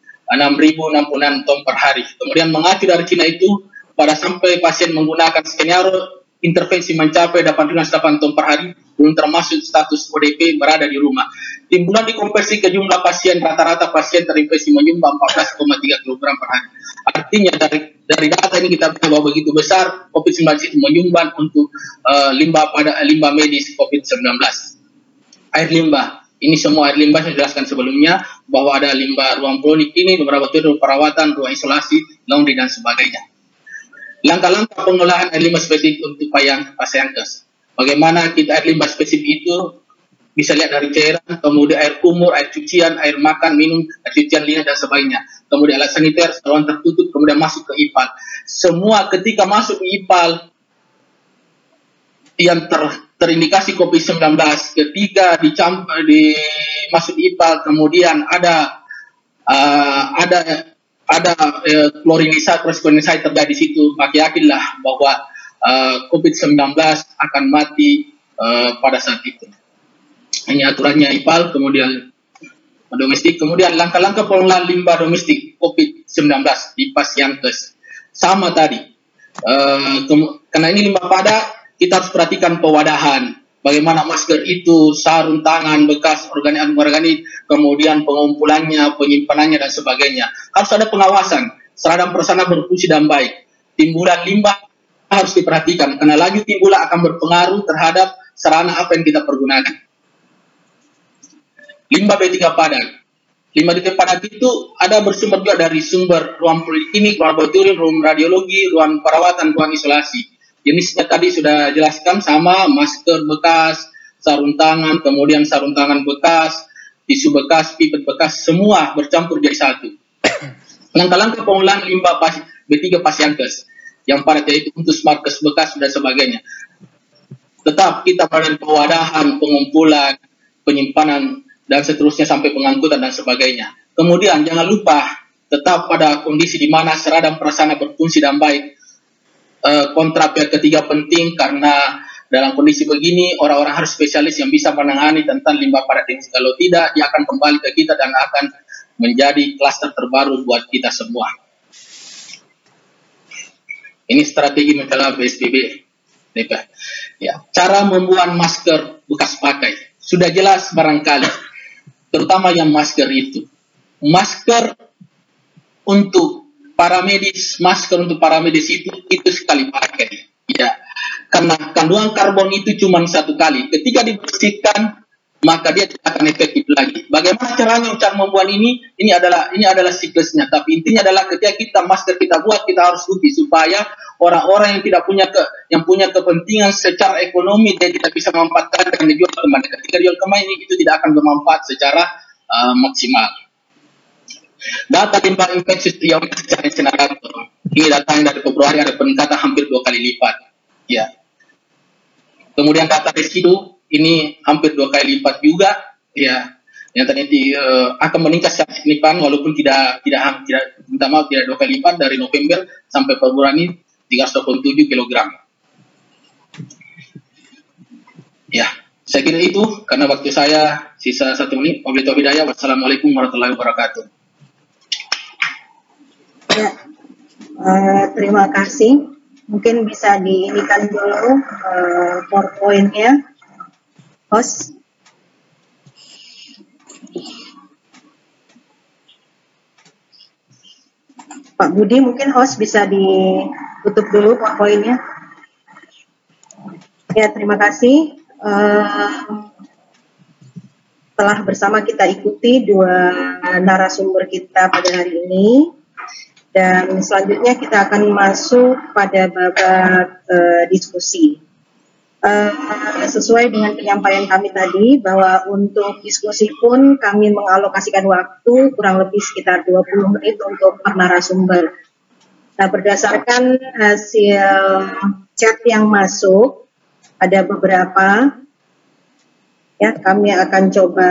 Speaker 8: 6.066 ton per hari. Kemudian mengacu dari Cina itu, pada sampai pasien menggunakan skenario intervensi mencapai 8.8 ton per hari, belum termasuk status ODP berada di rumah. Timbulan dikonversi ke jumlah pasien, rata-rata pasien terinfeksi menyumbang 14,3 kg per hari. Artinya dari data ini kita tahu bahwa begitu besar COVID-19 itu menyumbang untuk limbah medis COVID-19. Air limbah. Ini semua air limbah saya jelaskan sebelumnya, bahwa ada limbah ruang poliklinik, beberapa ruang perawatan, ruang isolasi, laundry dan sebagainya. Langkah-langkah pengolahan air limbah spesifik untuk pasienkes. Bagaimana kita air limbah spesifik itu bisa lihat dari cairan, kemudian air kumur, air cucian, air makan, minum, air cucian lidah dan sebagainya. Kemudian alat saniter, saluran tertutup, kemudian masuk ke IPAL. Semua ketika masuk ke IPAL yang terindikasi COVID-19, ketika masuk IPAL, kemudian ada klorinisasi terjadi di situ, maka yakinlah bahwa COVID-19 akan mati pada saat itu. Ini aturannya IPAL, kemudian domestik, kemudian langkah-langkah pengolahan limbah domestik COVID-19 di pasienkes. Sama tadi, karena ini limbah padat, kita harus perhatikan pewadahan. Bagaimana masker itu, sarung tangan, bekas organik, kemudian pengumpulannya, penyimpanannya, dan sebagainya. Harus ada pengawasan, sarana prasarana berfungsi dan baik. Timbulan limbah harus diperhatikan, karena laju timbulan akan berpengaruh terhadap sarana apa yang kita pergunakan. Limbah B3 padat. Limbah B3 padat itu ada bersumber juga dari sumber ruang poliklinik, laboratorium, ruang radiologi, ruang perawatan, ruang isolasi. Jenisnya tadi sudah jelaskan, sama masker bekas, sarung tangan, kemudian sarung tangan bekas, tisu bekas, pipet bekas, semua bercampur jadi satu. Langkah-langkah pengolahan limbah B3 Pasienkes yang padat, yaitu untuk markes bekas dan sebagainya. Tetap kita pada pewadahan, pengumpulan, penyimpanan, dan seterusnya sampai pengangkutan dan sebagainya. Kemudian jangan lupa tetap pada kondisi di mana sarana dan prasarana berfungsi dan baik. Kontra pihak ketiga penting, karena dalam kondisi begini orang-orang harus spesialis yang bisa menangani tentang limbah padat ini. Kalau tidak, dia akan kembali ke kita dan akan menjadi klaster terbaru buat kita semua. Ini strategi mencegah PSBB. Ya, cara membuat masker bekas pakai sudah jelas barangkali, terutama yang masker itu. Masker untuk para medis itu sekali pakai. Ya, karena kandungan karbon itu cuma satu kali. Ketika dibersihkan, maka dia tidak akan efektif lagi. Bagaimana caranya cara membuat ini? Ini adalah siklusnya. Tapi intinya adalah ketika kita masker kita buat, kita harus rugi supaya orang-orang yang punya kepentingan secara ekonomi dia tidak bisa memanfaatkan dan dijual kembali. Ketika dijual kembali itu tidak akan bermanfaat secara maksimal. Data limbah infeksius yang secara insinerator, ini data yang dari Februari ada peningkatan hampir 2 kali lipat. Ya. Kemudian data residu ini hampir 2 kali lipat juga. Ya. Yang ternyata akan meningkat secara signifikan walaupun tidak 2 kali lipat dari November sampai Februari 387 kg. Ya, saya kira itu karena waktu saya sisa 1 menit. Wabillahi hidayah. Wassalamualaikum warahmatullahi wabarakatuh.
Speaker 5: Ya, terima kasih. Mungkin bisa diinikan dulu PowerPoint-nya, host. Pak Budi, mungkin host bisa ditutup dulu PowerPoint-nya. Ya, terima kasih. Telah bersama kita ikuti 2 narasumber kita pada hari ini. Dan selanjutnya kita akan masuk pada babak diskusi. Sesuai dengan penyampaian kami tadi, bahwa untuk diskusi pun kami mengalokasikan waktu kurang lebih sekitar 20 menit untuk per narasumber. Nah, berdasarkan hasil chat yang masuk, ada beberapa, ya kami akan coba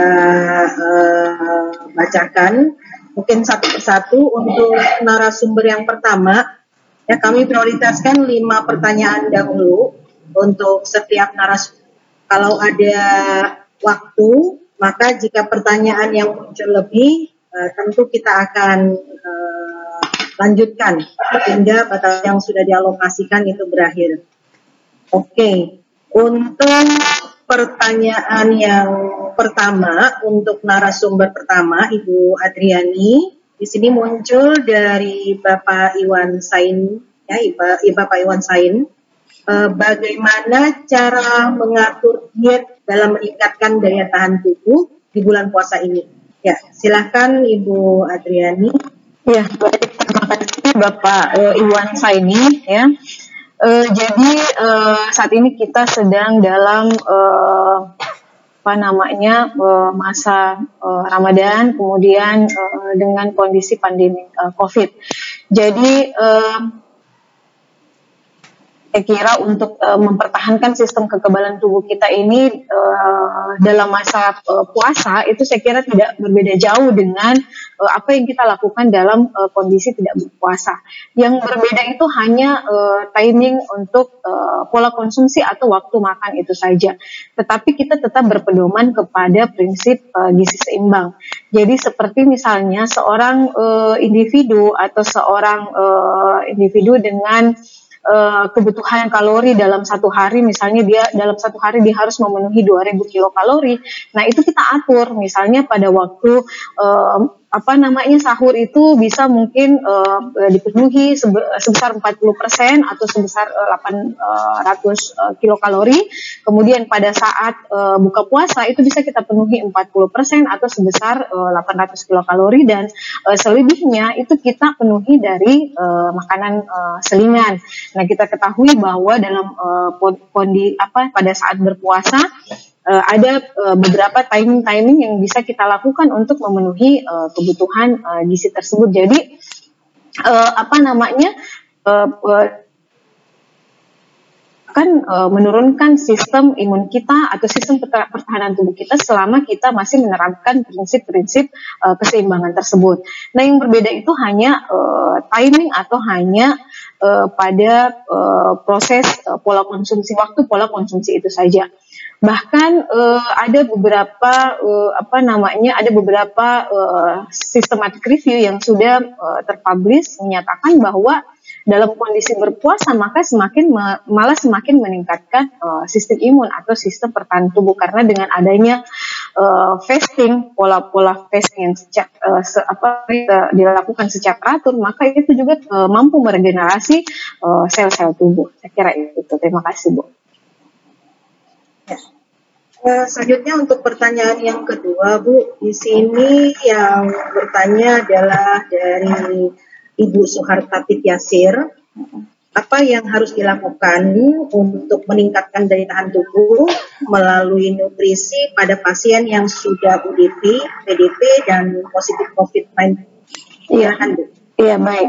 Speaker 5: bacakan. Mungkin satu persatu. Untuk narasumber yang pertama, ya kami prioritaskan 5 pertanyaan dahulu untuk setiap narasumber. Kalau ada waktu, maka jika pertanyaan yang muncul lebih, tentu kita akan lanjutkan hingga batas yang sudah dialokasikan itu berakhir. Oke, untuk pertanyaan yang pertama, untuk narasumber pertama, Ibu Adriani, di sini muncul dari Bapak Iwan Sain, ya, Bapak Iwan Sain. Bagaimana cara mengatur diet dalam meningkatkan daya tahan tubuh di bulan puasa ini? Ya, silakan Ibu Adriani.
Speaker 6: Ya, baik, terima kasih Bapak Iwan Saini, ya. Jadi saat ini kita sedang dalam masa Ramadan, kemudian dengan kondisi pandemi COVID. Jadi saya kira untuk mempertahankan sistem kekebalan tubuh kita ini dalam masa puasa itu saya kira tidak berbeda jauh dengan apa yang kita lakukan dalam kondisi tidak berpuasa. Yang berbeda itu hanya timing untuk pola konsumsi atau waktu makan itu saja. Tetapi kita tetap berpedoman kepada prinsip gizi seimbang. Jadi seperti misalnya seorang individu atau seorang individu dengan kebutuhan kalori dalam satu hari, misalnya dia dalam satu hari dia harus memenuhi 2000 kilokalori. Nah itu kita atur, misalnya pada waktu sahur itu bisa mungkin dipenuhi sebesar 40% atau sebesar 800 kilokalori. Kemudian pada saat buka puasa itu bisa kita penuhi 40% atau sebesar 800 kilokalori, dan selebihnya itu kita penuhi dari makanan selingan. Nah, kita ketahui bahwa dalam pada saat berpuasa ada beberapa timing yang bisa kita lakukan untuk memenuhi kebutuhan gizi tersebut. Jadi menurunkan sistem imun kita atau sistem pertahanan tubuh kita selama kita masih menerapkan prinsip-prinsip keseimbangan tersebut. Nah, yang berbeda itu hanya timing atau hanya pada proses pola konsumsi itu saja. Bahkan ada beberapa systematic review yang sudah terpublish menyatakan bahwa dalam kondisi berpuasa maka malah semakin meningkatkan sistem imun atau sistem pertahanan tubuh, karena dengan adanya fasting, pola fasting yang dilakukan secara teratur, maka itu juga mampu meregenerasi sel-sel tubuh. Saya kira itu. Terima kasih, Bu.
Speaker 5: Selanjutnya untuk pertanyaan yang kedua, Bu, di sini yang bertanya adalah dari Ibu Suhartati Yasir. Apa yang harus dilakukan untuk meningkatkan daya tahan tubuh melalui nutrisi pada pasien yang sudah ODP, PDP, dan positif COVID-19?
Speaker 6: Iya, baik.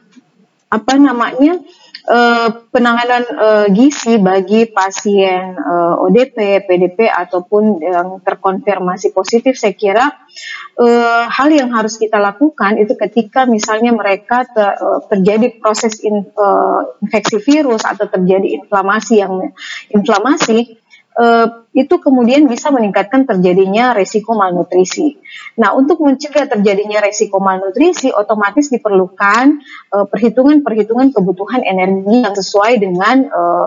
Speaker 6: Penanganan gizi bagi pasien ODP, PDP ataupun yang terkonfirmasi positif, saya kira hal yang harus kita lakukan itu ketika misalnya mereka terjadi proses infeksi virus atau terjadi inflamasi itu kemudian bisa meningkatkan terjadinya resiko malnutrisi. Nah, untuk mencegah terjadinya resiko malnutrisi, otomatis diperlukan perhitungan kebutuhan energi yang sesuai dengan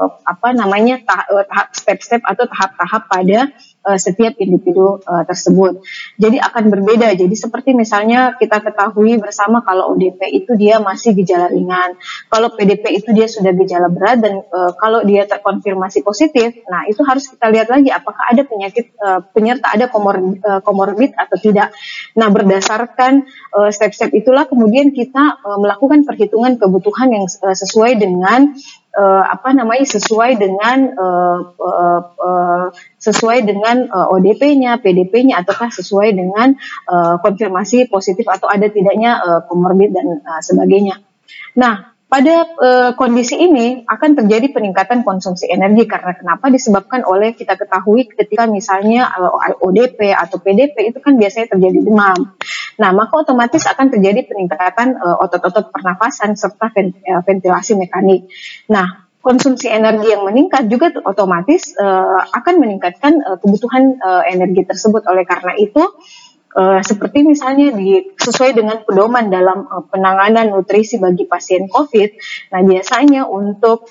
Speaker 6: step-step atau tahap-tahap pada setiap individu tersebut. Jadi akan berbeda. Jadi seperti misalnya kita ketahui bersama kalau ODP itu dia masih gejala ringan, kalau PDP itu dia sudah gejala berat, dan kalau dia terkonfirmasi positif, nah itu harus kita lihat lagi apakah ada penyakit penyerta ada komorbid atau tidak. Nah, berdasarkan step-step itulah kemudian kita melakukan perhitungan kebutuhan yang sesuai dengan sesuai dengan ODP-nya, PDP-nya, ataukah sesuai dengan konfirmasi positif atau ada tidaknya komorbid dan sebagainya. Nah, pada kondisi ini akan terjadi peningkatan konsumsi energi karena kenapa? Disebabkan oleh kita ketahui ketika misalnya ODP atau PDP itu kan biasanya terjadi demam. Nah, maka otomatis akan terjadi peningkatan otot-otot pernafasan serta ventilasi mekanik. Nah, konsumsi energi yang meningkat juga otomatis akan meningkatkan kebutuhan energi tersebut. Oleh karena itu, seperti misalnya sesuai dengan pedoman dalam penanganan nutrisi bagi pasien COVID. Nah, biasanya untuk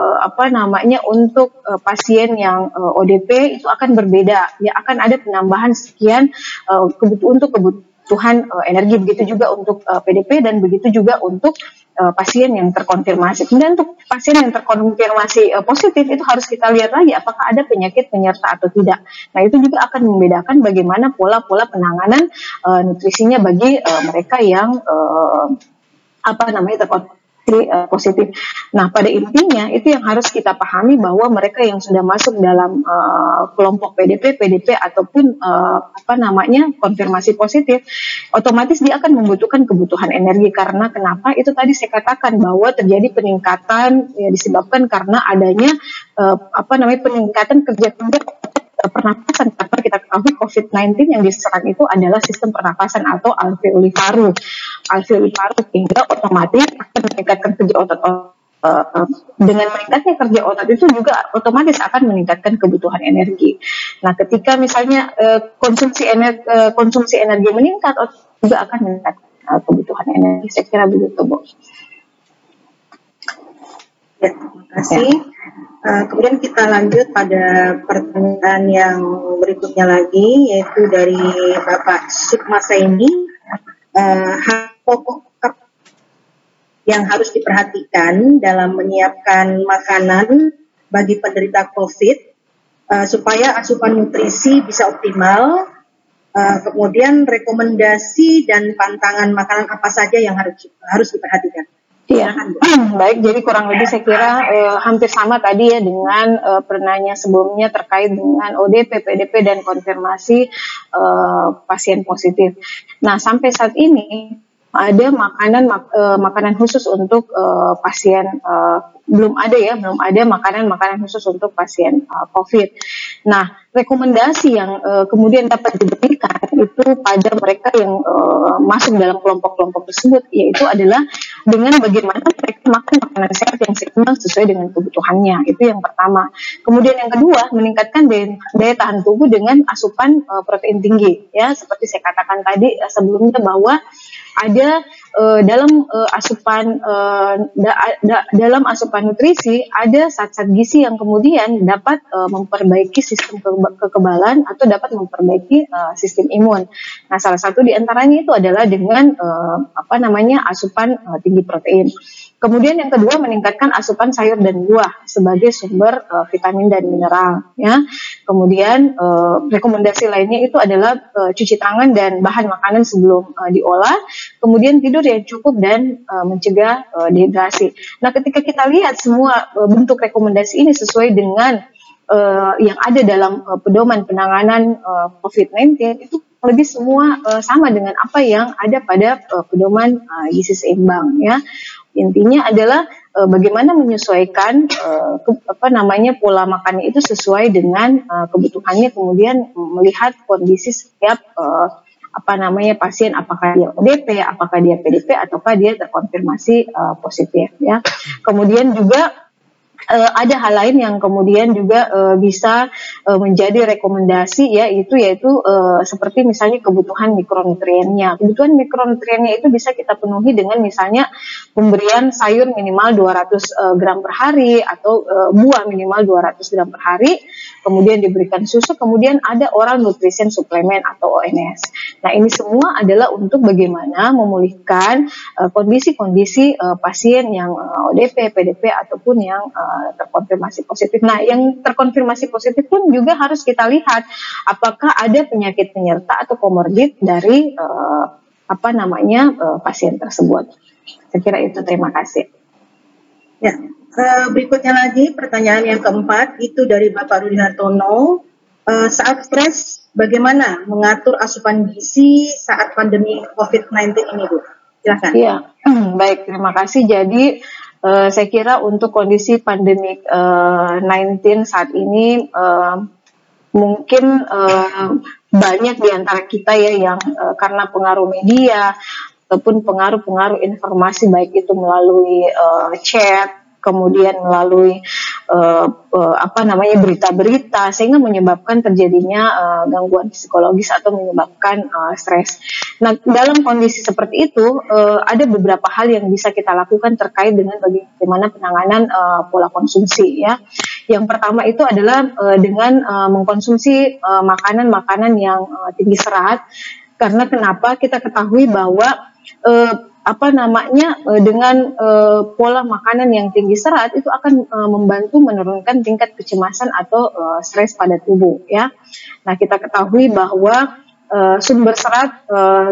Speaker 6: pasien yang ODP itu akan berbeda. Ya, akan ada penambahan sekian untuk kebutuhan energi, begitu juga untuk PDP dan begitu juga untuk pasien yang terkonfirmasi. Kemudian untuk pasien yang terkonfirmasi positif itu harus kita lihat lagi apakah ada penyakit penyerta atau tidak. Nah, itu juga akan membedakan bagaimana pola-pola penanganan nutrisinya bagi mereka yang terkonfirmasi positif. Nah, pada intinya itu yang harus kita pahami bahwa mereka yang sudah masuk dalam kelompok PDP ataupun konfirmasi positif, otomatis dia akan membutuhkan kebutuhan energi. Karena kenapa? Itu tadi saya katakan bahwa terjadi peningkatan disebabkan karena adanya peningkatan kerja pernapasan, karena kita ketahui COVID-19 yang diserang itu adalah sistem pernapasan atau alveoli paru sehingga otomatis akan meningkatkan kerja otot. Dengan meningkatnya kerja otot itu juga otomatis akan meningkatkan kebutuhan energi. Nah, ketika misalnya konsumsi energi meningkat, juga akan meningkatkan kebutuhan energi. Saya kira begitu, Bu.
Speaker 5: Ya, terima kasih. Kemudian kita lanjut pada pertanyaan yang berikutnya lagi, yaitu dari Bapak Sukma Saini. hak pokok yang harus diperhatikan dalam menyiapkan makanan bagi penderita COVID supaya asupan nutrisi bisa optimal. Kemudian rekomendasi dan pantangan makanan apa saja yang harus diperhatikan.
Speaker 6: Iya, baik. Jadi kurang lebih saya kira hampir sama tadi ya dengan pertanyaan sebelumnya terkait dengan ODP, PDP dan konfirmasi pasien positif. Nah, sampai saat ini ada makanan khusus untuk pasien belum ada makanan khusus untuk pasien COVID. Nah, rekomendasi yang kemudian dapat diberikan itu pada mereka yang masuk dalam kelompok-kelompok tersebut, yaitu adalah dengan bagaimana mereka makan makanan sehat yang seimbang sesuai dengan kebutuhannya. Itu yang pertama. Kemudian yang kedua, meningkatkan daya tahan tubuh dengan asupan protein tinggi. Ya, seperti saya katakan tadi sebelumnya bahwa ada dalam asupan nutrisi ada zat-zat gizi yang kemudian dapat memperbaiki sistem kekebalan atau dapat memperbaiki sistem imun. Nah, salah satu di antaranya itu adalah dengan asupan tinggi protein. Kemudian yang kedua, meningkatkan asupan sayur dan buah sebagai sumber vitamin dan mineral. Ya. Kemudian rekomendasi lainnya itu adalah cuci tangan dan bahan makanan sebelum diolah. Kemudian tidur yang cukup dan mencegah dehidrasi. Nah, ketika kita lihat semua bentuk rekomendasi ini sesuai dengan yang ada dalam pedoman penanganan COVID-19 itu lebih semua sama dengan apa yang ada pada pedoman gizi seimbang. Ya. Intinya adalah bagaimana menyesuaikan pola makannya itu sesuai dengan kebutuhannya, kemudian melihat kondisi setiap pasien, apakah dia ODP, apakah dia PDP, ataukah dia terkonfirmasi positif. Ya. Kemudian juga ada hal lain yang kemudian juga bisa menjadi rekomendasi yaitu seperti misalnya kebutuhan mikronutriennya. Kebutuhan mikronutriennya itu bisa kita penuhi dengan misalnya pemberian sayur minimal 200 gram per hari atau buah minimal 200 gram per hari, kemudian diberikan susu, kemudian ada oral nutrition supplement atau ONS. Nah, ini semua adalah untuk bagaimana memulihkan kondisi-kondisi pasien yang ODP, PDP ataupun yang terkonfirmasi positif. Nah, yang terkonfirmasi positif pun juga harus kita lihat apakah ada penyakit penyerta atau komorbid dari pasien tersebut. Saya kira itu. Terima kasih.
Speaker 5: Ya, berikutnya lagi pertanyaan yang keempat itu dari Bapak Rudi Hartono. Saat stres, bagaimana mengatur asupan gizi saat pandemi COVID-19 ini, Bu? Silakan.
Speaker 6: Iya, baik. Terima kasih. Jadi saya kira untuk kondisi pandemi 19 saat ini mungkin banyak di antara kita ya yang karena pengaruh media ataupun pengaruh informasi baik itu melalui chat, kemudian melalui berita-berita sehingga menyebabkan terjadinya gangguan psikologis atau menyebabkan stres. Nah, dalam kondisi seperti itu ada beberapa hal yang bisa kita lakukan terkait dengan bagaimana penanganan pola konsumsi ya. Yang pertama itu adalah dengan mengkonsumsi makanan-makanan yang tinggi serat, karena kenapa kita ketahui bahwa dengan pola makanan yang tinggi serat itu akan membantu menurunkan tingkat kecemasan atau stres pada tubuh ya. Nah, kita ketahui bahwa sumber serat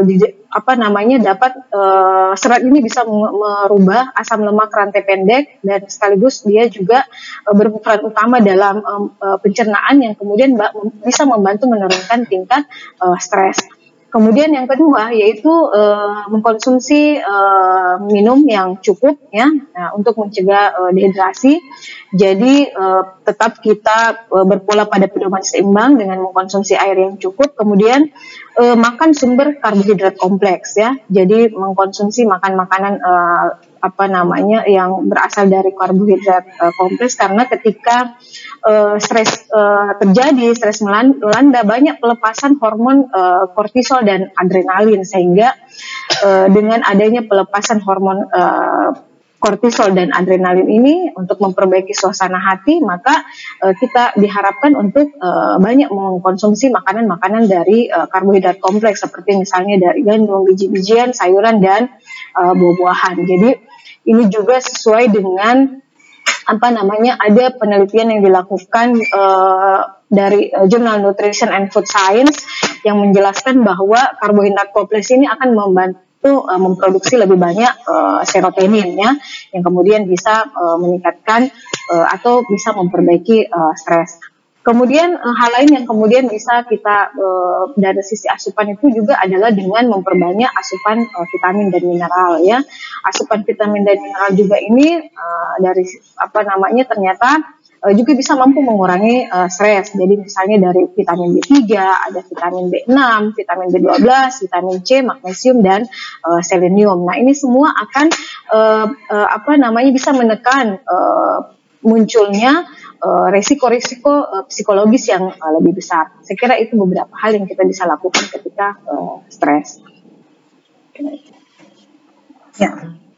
Speaker 6: serat ini bisa merubah asam lemak rantai pendek dan sekaligus dia juga berperan utama dalam pencernaan yang kemudian bisa membantu menurunkan tingkat stres. Kemudian yang kedua yaitu mengkonsumsi minum yang cukup ya untuk mencegah dehidrasi. Jadi tetap kita berpola pada pedoman seimbang dengan mengkonsumsi air yang cukup. Kemudian makan sumber karbohidrat kompleks ya. Jadi mengkonsumsi makanan yang berasal dari karbohidrat kompleks, karena ketika stres terjadi, stres melanda, banyak pelepasan hormon kortisol dan adrenalin, sehingga dengan adanya pelepasan hormon kortisol dan adrenalin ini untuk memperbaiki suasana hati, maka kita diharapkan untuk banyak mengkonsumsi makanan-makanan dari karbohidrat kompleks seperti misalnya dari gandum, biji-bijian, sayuran dan buah-buahan. Jadi ini juga sesuai dengan ada penelitian yang dilakukan dari Journal Nutrition and Food Science yang menjelaskan bahwa karbohidrat kompleks ini akan membantu memproduksi lebih banyak serotonin ya, yang kemudian bisa meningkatkan atau bisa memperbaiki stres. Kemudian hal lain yang kemudian bisa kita dari sisi asupan itu juga adalah dengan memperbanyak asupan vitamin dan mineral ya. Asupan vitamin dan mineral juga ini dari ternyata juga bisa mampu mengurangi stres. Jadi misalnya dari vitamin B3, ada vitamin B6, vitamin B12, vitamin C, magnesium dan selenium. Nah, ini semua akan bisa menekan munculnya resiko-resiko psikologis yang lebih besar. Saya kira itu beberapa hal yang kita bisa lakukan ketika stres.
Speaker 5: Ya.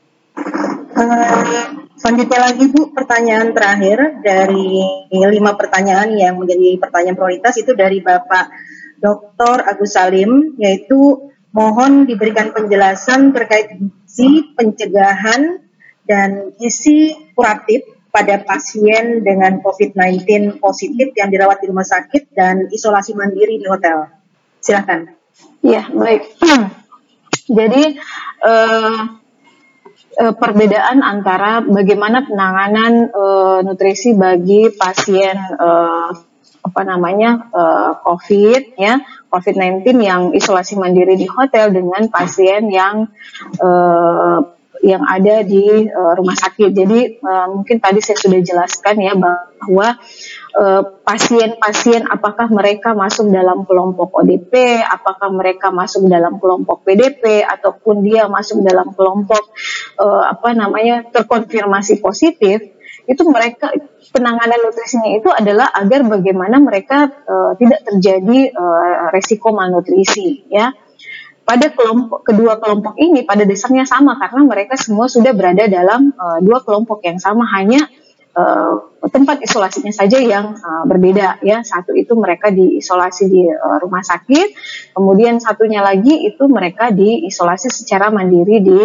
Speaker 5: Selanjutnya lagi Bu, pertanyaan terakhir dari 5 pertanyaan yang menjadi pertanyaan prioritas itu dari Bapak Dr. Agus Salim, yaitu mohon diberikan penjelasan terkait gizi pencegahan dan gizi kuratif pada pasien dengan COVID-19 positif yang dirawat di rumah sakit dan isolasi mandiri di hotel. Silakan.
Speaker 6: Ya, baik. Jadi perbedaan antara bagaimana penanganan nutrisi bagi pasien COVID-19 yang isolasi mandiri di hotel dengan pasien yang ada di rumah sakit. Jadi mungkin tadi saya sudah jelaskan ya bahwa pasien-pasien apakah mereka masuk dalam kelompok ODP, apakah mereka masuk dalam kelompok PDP, ataupun dia masuk dalam kelompok terkonfirmasi positif, itu mereka penanganan nutrisinya itu adalah agar bagaimana mereka tidak terjadi resiko malnutrisi ya. Pada kedua kelompok ini pada dasarnya sama karena mereka semua sudah berada dalam dua kelompok yang sama, hanya tempat isolasinya saja yang berbeda ya. Satu itu mereka diisolasi di rumah sakit, kemudian satunya lagi itu mereka diisolasi secara mandiri di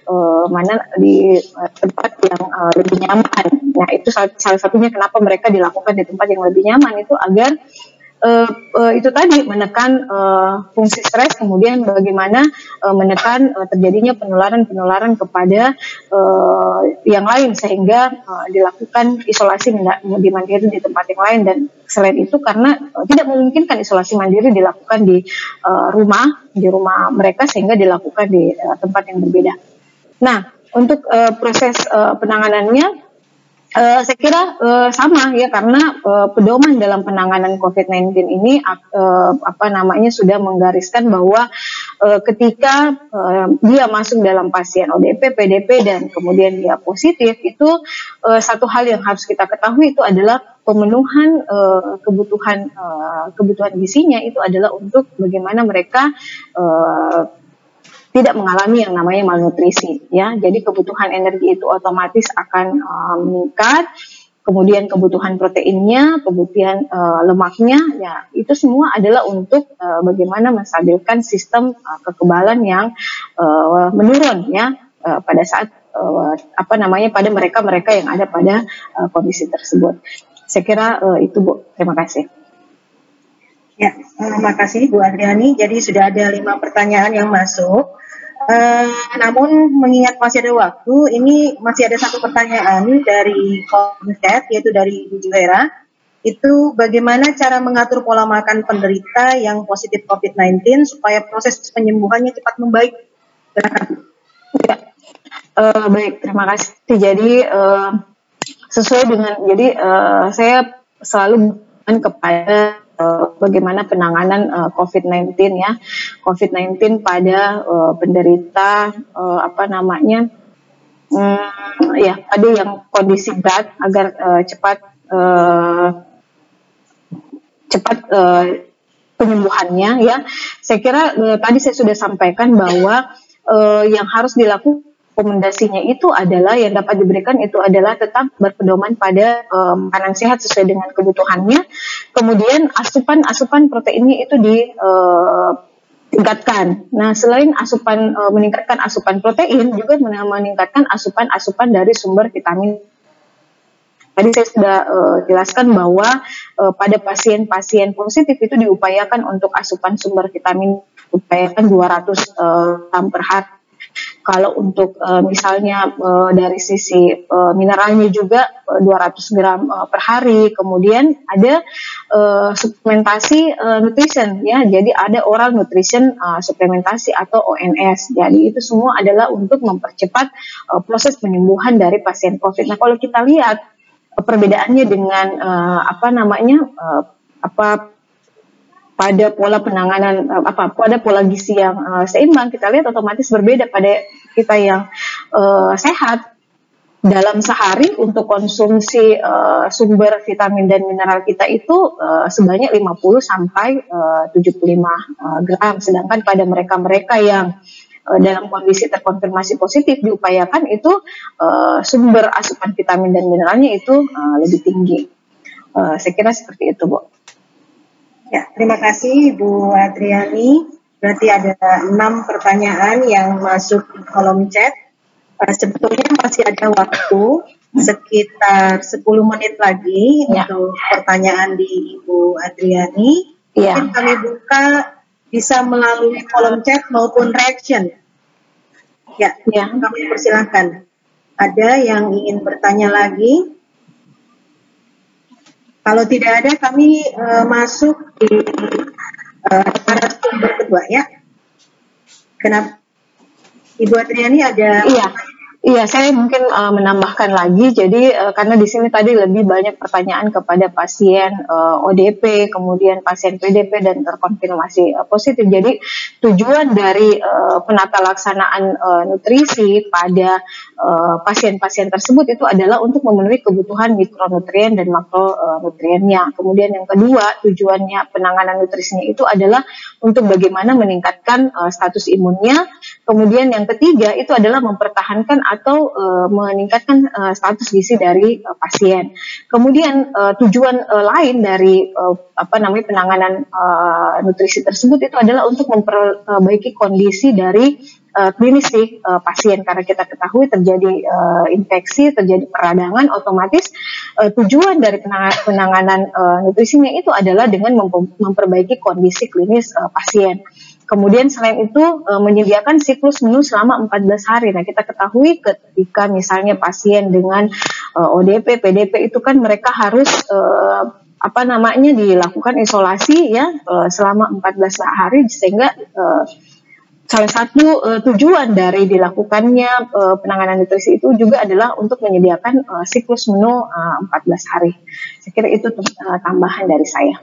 Speaker 6: tempat yang lebih nyaman. Nah, itu salah satunya kenapa mereka dilakukan di tempat yang lebih nyaman, itu agar itu tadi menekan fungsi stres, kemudian bagaimana menekan terjadinya penularan kepada yang lain, sehingga dilakukan isolasi di mandiri di tempat yang lain. Dan selain itu karena tidak memungkinkan isolasi mandiri dilakukan di rumah mereka, sehingga dilakukan di tempat yang berbeda. Nah, untuk proses penanganannya saya kira sama ya, karena pedoman dalam penanganan COVID-19 ini sudah menggariskan bahwa ketika dia masuk dalam pasien ODP, PDP dan kemudian dia positif, itu satu hal yang harus kita ketahui itu adalah pemenuhan kebutuhan gizinya itu adalah untuk bagaimana mereka tidak mengalami yang namanya malnutrisi ya. Jadi kebutuhan energi itu otomatis akan meningkat, kemudian kebutuhan proteinnya, kebutuhan lemaknya ya, itu semua adalah untuk bagaimana menstabilkan sistem kekebalan yang menurun ya pada saat pada mereka yang ada pada kondisi tersebut. Saya kira itu Bu, terima kasih.
Speaker 5: Ya, terima kasih Bu Adriani. Jadi sudah ada 5 pertanyaan yang masuk. Namun mengingat masih ada waktu, ini masih ada satu pertanyaan dari Komcat, yaitu dari Ibu Juhera. Itu bagaimana cara mengatur pola makan penderita yang positif COVID-19 supaya proses penyembuhannya cepat membaik?
Speaker 6: Ya, baik, terima kasih. Jadi sesuai dengan, saya selalu kepada bagaimana penanganan COVID-19 ya, COVID-19 pada penderita ada yang kondisi berat agar cepat penyembuhannya ya. Saya kira tadi saya sudah sampaikan bahwa yang harus dilakukan rekomendasinya itu adalah yang dapat diberikan itu adalah tetap berpedoman pada makanan sehat sesuai dengan kebutuhannya. Kemudian asupan proteinnya itu tingkatkan. Nah, selain meningkatkan asupan protein, juga meningkatkan asupan dari sumber vitamin. Tadi saya sudah jelaskan bahwa pada pasien-pasien positif itu diupayakan untuk asupan sumber vitamin upayakan 200 gram per hari. Kalau untuk misalnya dari sisi mineralnya juga 200 gram per hari. Kemudian ada suplementasi nutrition ya. Jadi ada oral nutrition suplementasi atau ONS. Jadi itu semua adalah untuk mempercepat proses penyembuhan dari pasien COVID. Nah, kalau kita lihat perbedaannya dengan pada pola penanganan pada pola gizi yang seimbang, kita lihat otomatis berbeda pada kita yang sehat. Dalam sehari untuk konsumsi sumber vitamin dan mineral kita itu sebanyak 50 sampai 75 gram, sedangkan pada mereka-mereka yang dalam kondisi terkonfirmasi positif diupayakan itu sumber asupan vitamin dan mineralnya itu lebih tinggi. Saya kira seperti itu, Bu.
Speaker 5: Ya, terima kasih Bu Adriani. Berarti ada 6 pertanyaan yang masuk di kolom chat. Sebetulnya masih ada waktu sekitar 10 menit lagi untuk pertanyaan di Ibu Adriani. Mungkin kami buka bisa melalui kolom chat maupun reaction. Ya, kami persilahkan. Ada yang ingin bertanya lagi? Kalau tidak ada, kami masuk di narasumber kedua ya. Kenapa? Ibu Adriani ada?
Speaker 6: Iya, saya mungkin menambahkan lagi. Jadi karena di sini tadi lebih banyak pertanyaan kepada pasien ODP, kemudian pasien PDP dan terkonfirmasi positif. Jadi tujuan dari penata laksanaan nutrisi pada pasien-pasien tersebut itu adalah untuk memenuhi kebutuhan mikronutrien dan makronutriennya. Kemudian yang kedua, tujuannya penanganan nutrisinya itu adalah untuk bagaimana meningkatkan status imunnya. Kemudian yang ketiga itu adalah mempertahankan atau meningkatkan status gizi dari pasien. Kemudian tujuan lain dari penanganan nutrisi tersebut itu adalah untuk memperbaiki kondisi dari klinis pasien, karena kita ketahui terjadi infeksi, terjadi peradangan, otomatis tujuan dari penanganan nutrisinya itu adalah dengan memperbaiki kondisi klinis pasien. Kemudian selain itu menyediakan siklus menu selama 14 hari. Nah, kita ketahui ketika misalnya pasien dengan ODP, PDP itu kan mereka harus dilakukan isolasi ya selama 14 hari, sehingga salah satu tujuan dari dilakukannya penanganan nutrisi itu juga adalah untuk menyediakan siklus menu 14 hari. Saya kira itu tambahan dari saya.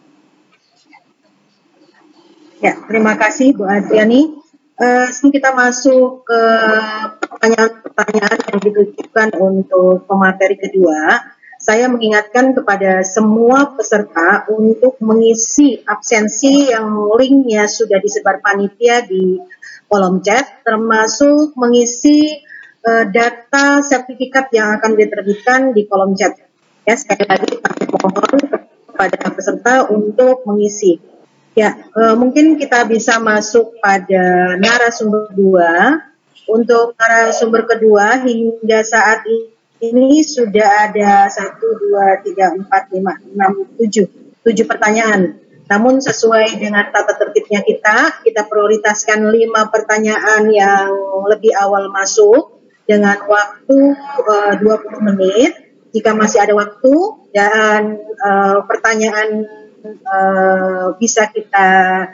Speaker 5: Ya, terima kasih Bu Adriani. Sebelum kita masuk ke pertanyaan-pertanyaan yang ditujukan untuk pemateri kedua, saya mengingatkan kepada semua peserta untuk mengisi absensi yang linknya sudah disebar panitia di kolom chat, termasuk mengisi data sertifikat yang akan diterbitkan di kolom chat. Ya, sekali lagi kami mohon kepada peserta untuk mengisi. Ya, mungkin kita bisa masuk pada narasumber kedua. Untuk narasumber kedua hingga saat ini sudah ada 1, 2, 3, 4, 5, 6, 7 pertanyaan. Namun sesuai dengan tata tertibnya kita prioritaskan 5 pertanyaan yang lebih awal masuk dengan waktu 20 menit. Jika masih ada waktu dan pertanyaan bisa kita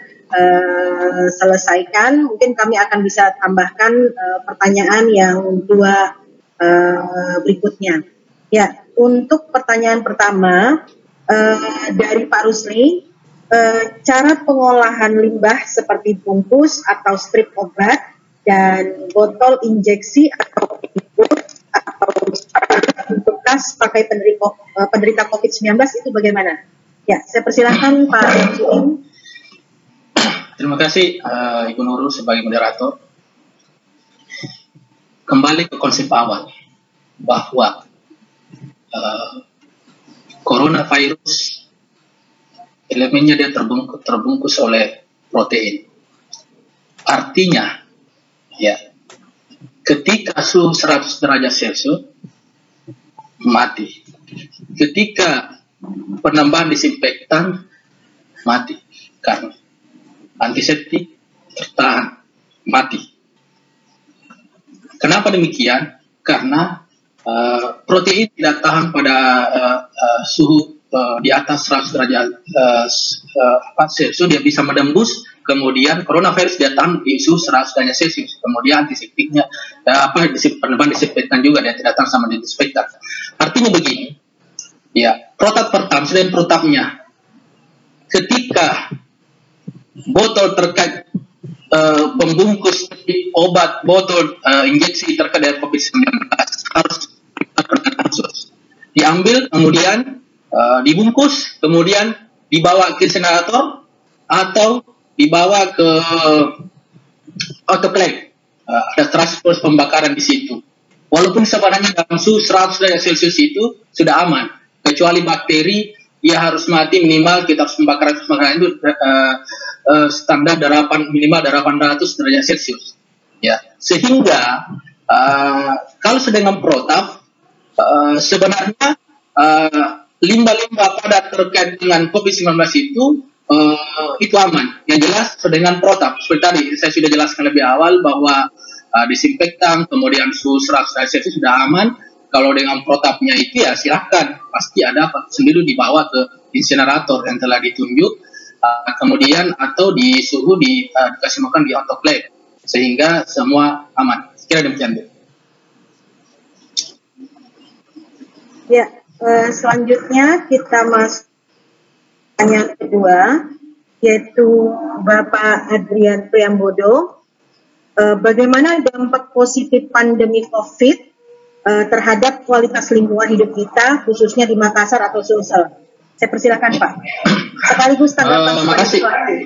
Speaker 5: selesaikan, mungkin kami akan bisa tambahkan pertanyaan yang 2 berikutnya. Ya, untuk pertanyaan pertama dari Pak Rusli, cara pengolahan limbah seperti bungkus atau strip obat dan botol injeksi atau infus atau bekas pakai penderita COVID-19 itu bagaimana? Ya, saya persilahkan Pak Jim.
Speaker 8: Terima kasih Ibu Nurul sebagai moderator. kembali ke konsep awal bahwa coronavirus elemennya dia terbungkus oleh protein. Artinya, ya, ketika suhu 100 derajat Celcius mati. Ketika penambahan disinfektan mati karena antiseptik tertahan mati. Kenapa demikian? Karena protein tidak tahan pada suhu di atas 100 derajat Celcius. Dia bisa menembus, kemudian coronavirus dia tahan di suhu 100 derajat Celcius. Kemudian antiseptiknya penambahan disinfektan juga dia tidak tahan sama disinfektan. Artinya begini, ya, protap pertama selain protapnya, ketika botol terkait pembungkus obat botol injeksi terkait dengan COVID-19 harus diambil, kemudian dibungkus, kemudian dibawa ke insinerator atau dibawa ke autoclave. Ada transport pembakaran di situ. Walaupun sebenarnya dalam suhu 100 derajat Celcius itu sudah aman, kecuali bakteri, ia harus mati minimal kita harus pembakaran itu standar minimal 800 derajat Celcius. Ya, sehingga kalau sedang protap sebenarnya limbah-limbah padat terkait dengan COVID-19 itu aman. Yang jelas sedang protap. Seperti tadi saya sudah jelaskan lebih awal bahwa disinfektan, kemudian suhu 100 derajat Celcius sudah aman. Kalau dengan protapnya itu ya silahkan, pasti ada sendiri dibawa ke insinerator yang telah ditunjuk, kemudian atau di suhu dikasih makan di autoclave sehingga semua aman. Kira demikian, Bu.
Speaker 5: Ya, selanjutnya kita masuk pertanyaan kedua, yaitu Bapak Adrian Priambodo. Bagaimana dampak positif pandemi COVID terhadap kualitas lingkungan hidup kita, khususnya di Makassar atau Sulsel? Saya persilakan, Pak. Sekaligus tanggapan.
Speaker 8: Terima kasih.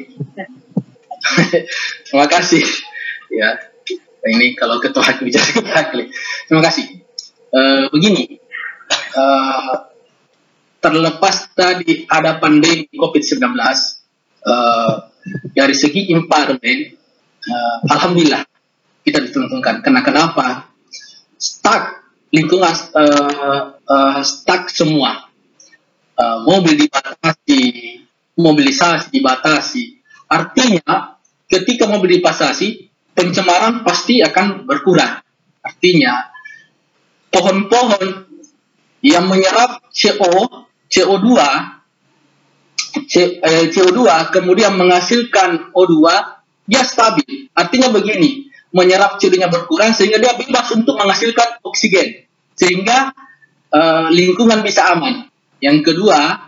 Speaker 8: Terima kasih. Ya, ini kalau ketua kebijakan. Terima kasih. Begini, terlepas tadi ada pandemi COVID-19, dari segi environment, alhamdulillah kita dituntungkan. Kenapa? Stuck lingkungan, stuck semua. Mobil dibatasi, mobilisasi dibatasi. Artinya, ketika mobil dibatasi, pencemaran pasti akan berkurang. Artinya, pohon-pohon yang menyerap CO2 kemudian menghasilkan O2, dia stabil. Artinya begini, menyerap CO2-nya berkurang sehingga dia bebas untuk menghasilkan oksigen, sehingga lingkungan bisa aman. Yang kedua,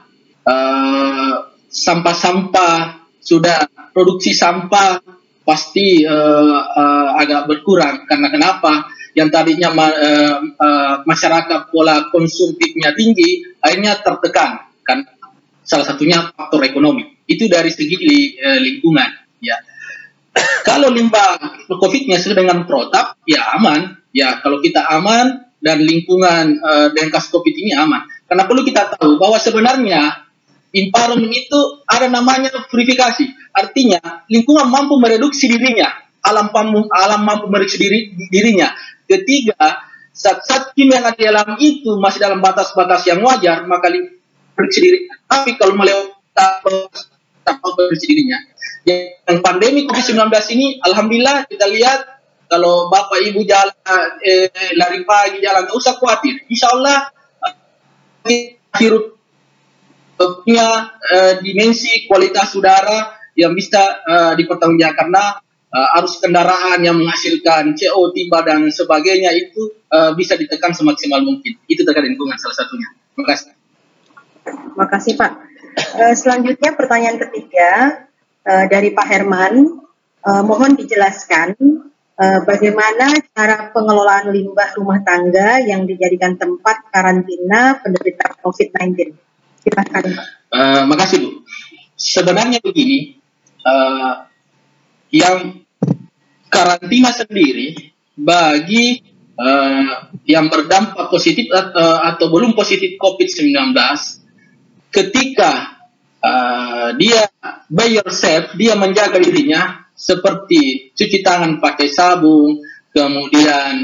Speaker 8: sampah-sampah, sudah produksi sampah pasti agak berkurang. Karena kenapa? Yang tadinya masyarakat pola konsumtifnya tinggi, akhirnya tertekan. Kan salah satunya faktor ekonomi. Itu dari segi lingkungan. Ya. Kalau limbah COVID-nya sesuai dengan protap, ya aman. Ya, kalau kita aman dan lingkungan dengan kasus COVID ini aman. Karena perlu kita tahu bahwa sebenarnya environment itu ada namanya purifikasi. Artinya lingkungan mampu mereduksi dirinya, alam mampu mereduksi dirinya. Ketiga, zat-zat kimia yang ada di alam itu masih dalam batas-batas yang wajar, maka mereduksi diri. Tapi kalau melewati mereduksi dirinya, yang pandemi COVID-19 ini, alhamdulillah kita lihat kalau bapak ibu jalan lari pagi jalan, nggak usah khawatir. Insya Allah virus punya dimensi kualitas udara yang bisa dipertanggungjawabkan, karena arus kendaraan yang menghasilkan CO, timba dan sebagainya itu bisa ditekan semaksimal mungkin. Itu terkait lingkungan salah satunya. Terima kasih.
Speaker 5: Terima kasih, Pak. Selanjutnya pertanyaan ketiga dari Pak Herman. Mohon dijelaskan bagaimana cara pengelolaan limbah rumah tangga yang dijadikan tempat karantina penderita COVID-19. Silakan, Pak.
Speaker 8: Makasih, Bu. Sebenarnya begini, yang karantina sendiri bagi yang berdampak positif atau belum positif COVID-19, ketika dia by yourself, dia menjaga dirinya seperti cuci tangan pakai sabun, kemudian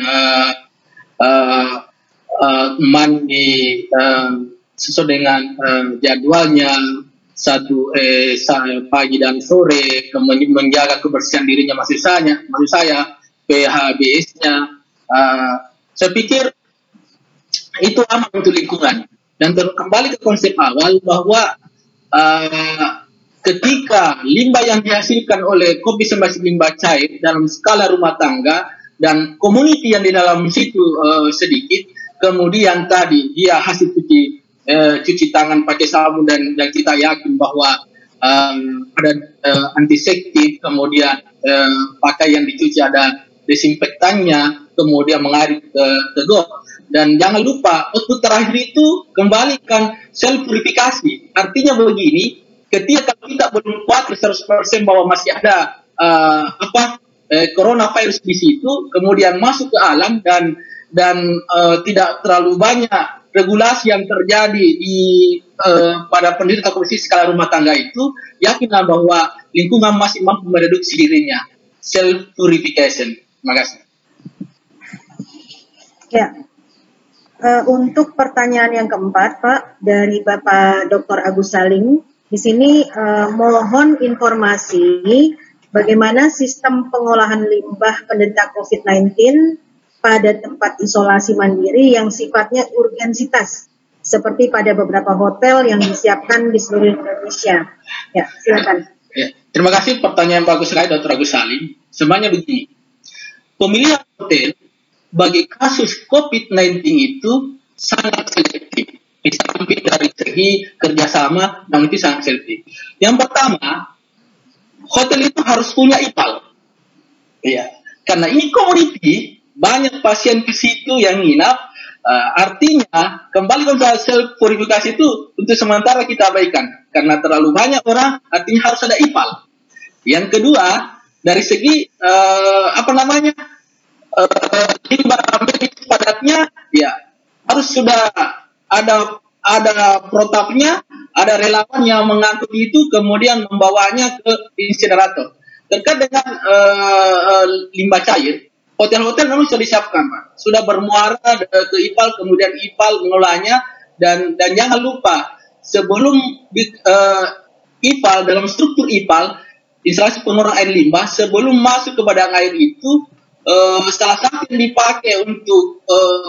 Speaker 8: mandi sesuai dengan jadwalnya, pagi dan sore, kemudian menjaga kebersihan dirinya, maksud saya PHBS-nya. Saya pikir itu aman untuk lingkungan. Dan kembali ke konsep awal bahwa ketika limbah yang dihasilkan oleh COVID-19 limbah cair dalam skala rumah tangga dan community yang di dalam situ sedikit, kemudian tadi dia hasil cuci tangan pakai sabun dan kita yakin bahwa ada antiseptik, kemudian pakaian dicuci ada desinfektannya, kemudian mengalir ke got. Dan jangan lupa output terakhir itu kembalikan self purifikasi. Artinya begini, ketika kita belum kuat 100% bahwa masih ada coronavirus di situ, kemudian masuk ke alam dan tidak terlalu banyak regulasi yang terjadi pada penderita COVID skala rumah tangga itu, yakinlah bahwa lingkungan masih mampu mereduksi dirinya. Self purification. Terima kasih.
Speaker 5: Ya. Untuk pertanyaan yang keempat, Pak, dari Bapak Dr. Agus Salim, di sini mohon informasi bagaimana sistem pengolahan limbah penderita COVID-19 pada tempat isolasi mandiri yang sifatnya urgensitas, seperti pada beberapa hotel yang disiapkan di seluruh Indonesia. Ya, silakan.
Speaker 8: Ya, terima kasih pertanyaan bagus sekali Dr. Agus Salim. Sebenarnya begini, pemilihan hotel bagi kasus COVID-19 itu sangat selektif. Misalnya dari segi kerjasama, dan itu sangat selektif. Yang pertama, hotel itu harus punya IPAL. Ya, karena ini community, banyak pasien ke situ yang nginap. Artinya, kembali ke self purifikasi itu untuk sementara kita abaikan. Karena terlalu banyak orang, artinya harus ada IPAL. Yang kedua, dari segi limbah medis padatnya, ya harus sudah ada protapnya, ada relawan yang mengangkut itu kemudian membawanya ke insinerator. Terkait dengan limbah cair, hotel-hotel memang sudah disiapkan, Pak. Sudah bermuara ke IPAL, kemudian IPAL mengolahnya, dan jangan lupa sebelum IPAL, dalam struktur IPAL, instalasi pengurangan air limbah, sebelum masuk ke badan air itu, salah satu yang dipakai untuk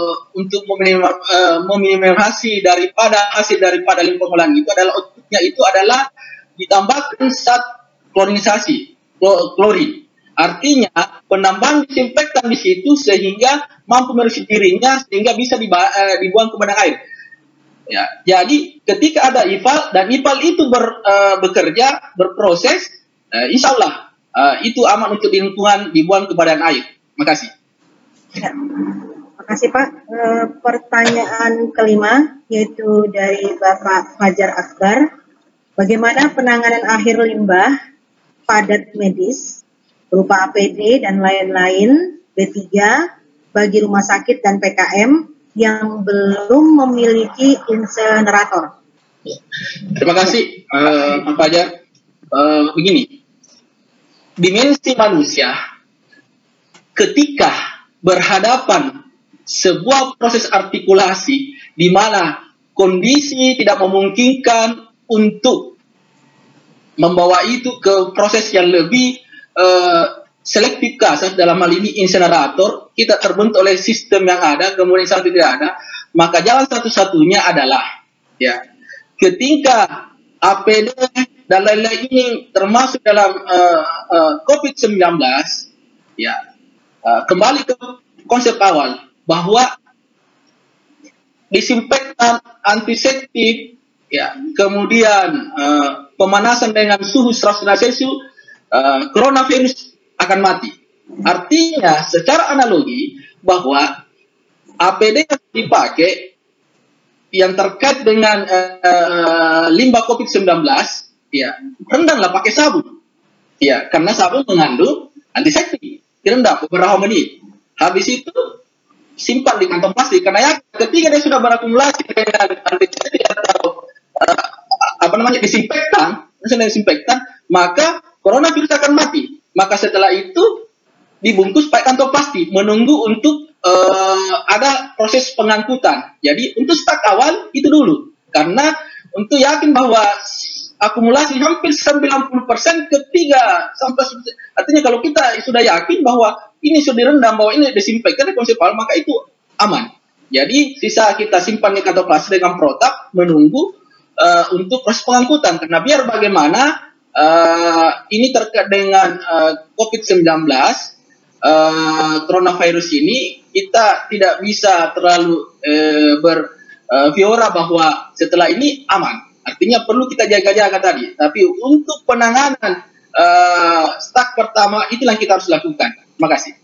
Speaker 8: meminimalisasi hasil daripada limbah pengolahan itu adalah outputnya itu adalah ditambahkan zat klorinisasi, klorin. Artinya penambahan disinfektan di situ sehingga mampu meresip dirinya sehingga bisa dibuang ke badan air. Ya, jadi ketika ada IPAL dan IPAL itu bekerja, berproses, insya Allah itu aman untuk lingkungan dibuang ke badan air. Terima kasih.
Speaker 5: Ya. Terima kasih Pak. Pertanyaan kelima yaitu dari Bapak Fajar Akbar. Bagaimana penanganan akhir limbah padat medis berupa APD dan lain-lain B3 bagi rumah sakit dan PKM yang belum memiliki insinerator?
Speaker 8: Terima kasih Pak Fajar. Begini, dimensi manusia ketika berhadapan sebuah proses artikulasi di mana kondisi tidak memungkinkan untuk membawa itu ke proses yang lebih selektif kasar, dalam hal ini insinerator, kita terbentuk oleh sistem yang ada, kemudian satu tidak ada, maka jalan satu-satunya adalah ya ketika APD dan lain-lain ini termasuk dalam COVID-19, ya kembali ke konsep awal bahwa disinfektan, antiseptik, ya kemudian pemanasan dengan suhu 100 Celcius, coronavirus akan mati. Artinya secara analogi bahwa APD yang dipakai yang terkait dengan limbah COVID-19, ya rendamlah pakai sabun, ya karena sabun mengandung antiseptik, direndam beberapa menit. Habis itu simpan di kantong plastik, karena ya ketika dia sudah berakumulasi dengan antiseptik atau disinfektan, maka coronavirus akan mati. Maka setelah itu dibungkus pakai kantong plastik, menunggu untuk ada proses pengangkutan. Jadi untuk stak awal itu dulu, karena untuk yakin bahwa akumulasi hampir 90% ketiga sampai, artinya kalau kita sudah yakin bahwa ini sudah direndam, bahwa ini disinfektan konsep awal, maka itu aman. Jadi sisa kita simpan di kantong plastik dengan protap, menunggu untuk proses pengangkutan, karena biar bagaimana ini terkait dengan COVID-19, coronavirus ini kita tidak bisa terlalu berfiora bahwa setelah ini aman. Artinya perlu kita jaga-jaga tadi. Tapi untuk penanganan stak pertama itulah yang kita harus lakukan. Terima kasih.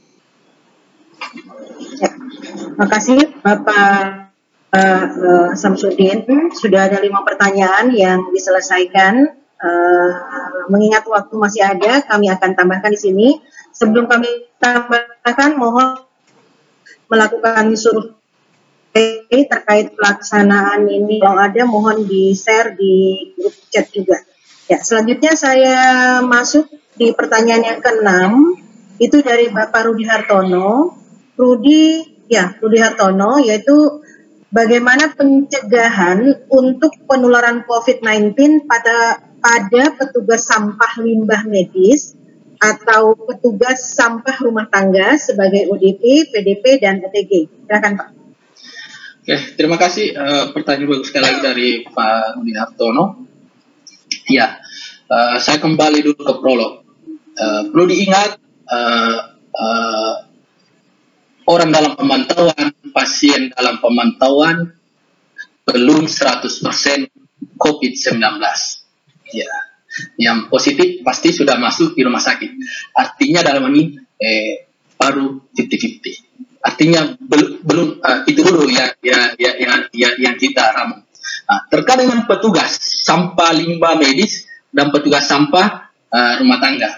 Speaker 5: Terima kasih Bapak Samsudin. Sudah ada 5 pertanyaan yang diselesaikan. Mengingat waktu masih ada, kami akan tambahkan di sini. Sebelum kami tambahkan, mohon melakukan survei terkait pelaksanaan ini. Kalau ada, mohon di-share di grup chat juga. Ya, selanjutnya saya masuk di pertanyaan yang ke-6. Itu dari Bapak Rudi Hartono. Rudi Hartono, yaitu bagaimana pencegahan untuk penularan COVID-19 pada petugas sampah limbah medis atau petugas sampah rumah tangga sebagai ODP, PDP, dan OTG. Silakan Pak.
Speaker 8: Oke, terima kasih. Pertanyaan bagus sekali lagi dari Pak Rudi Hartono. Ya, saya kembali dulu ke prolog. Perlu diingat, orang dalam pemantauan, pasien dalam pemantauan belum 100% COVID-19. Ya, yang positif pasti sudah masuk di rumah sakit. Artinya dalam ini baru 50-50. Artinya belum itu dulu yang kita ramu. Nah, terkait dengan petugas sampah limbah medis dan petugas sampah rumah tangga.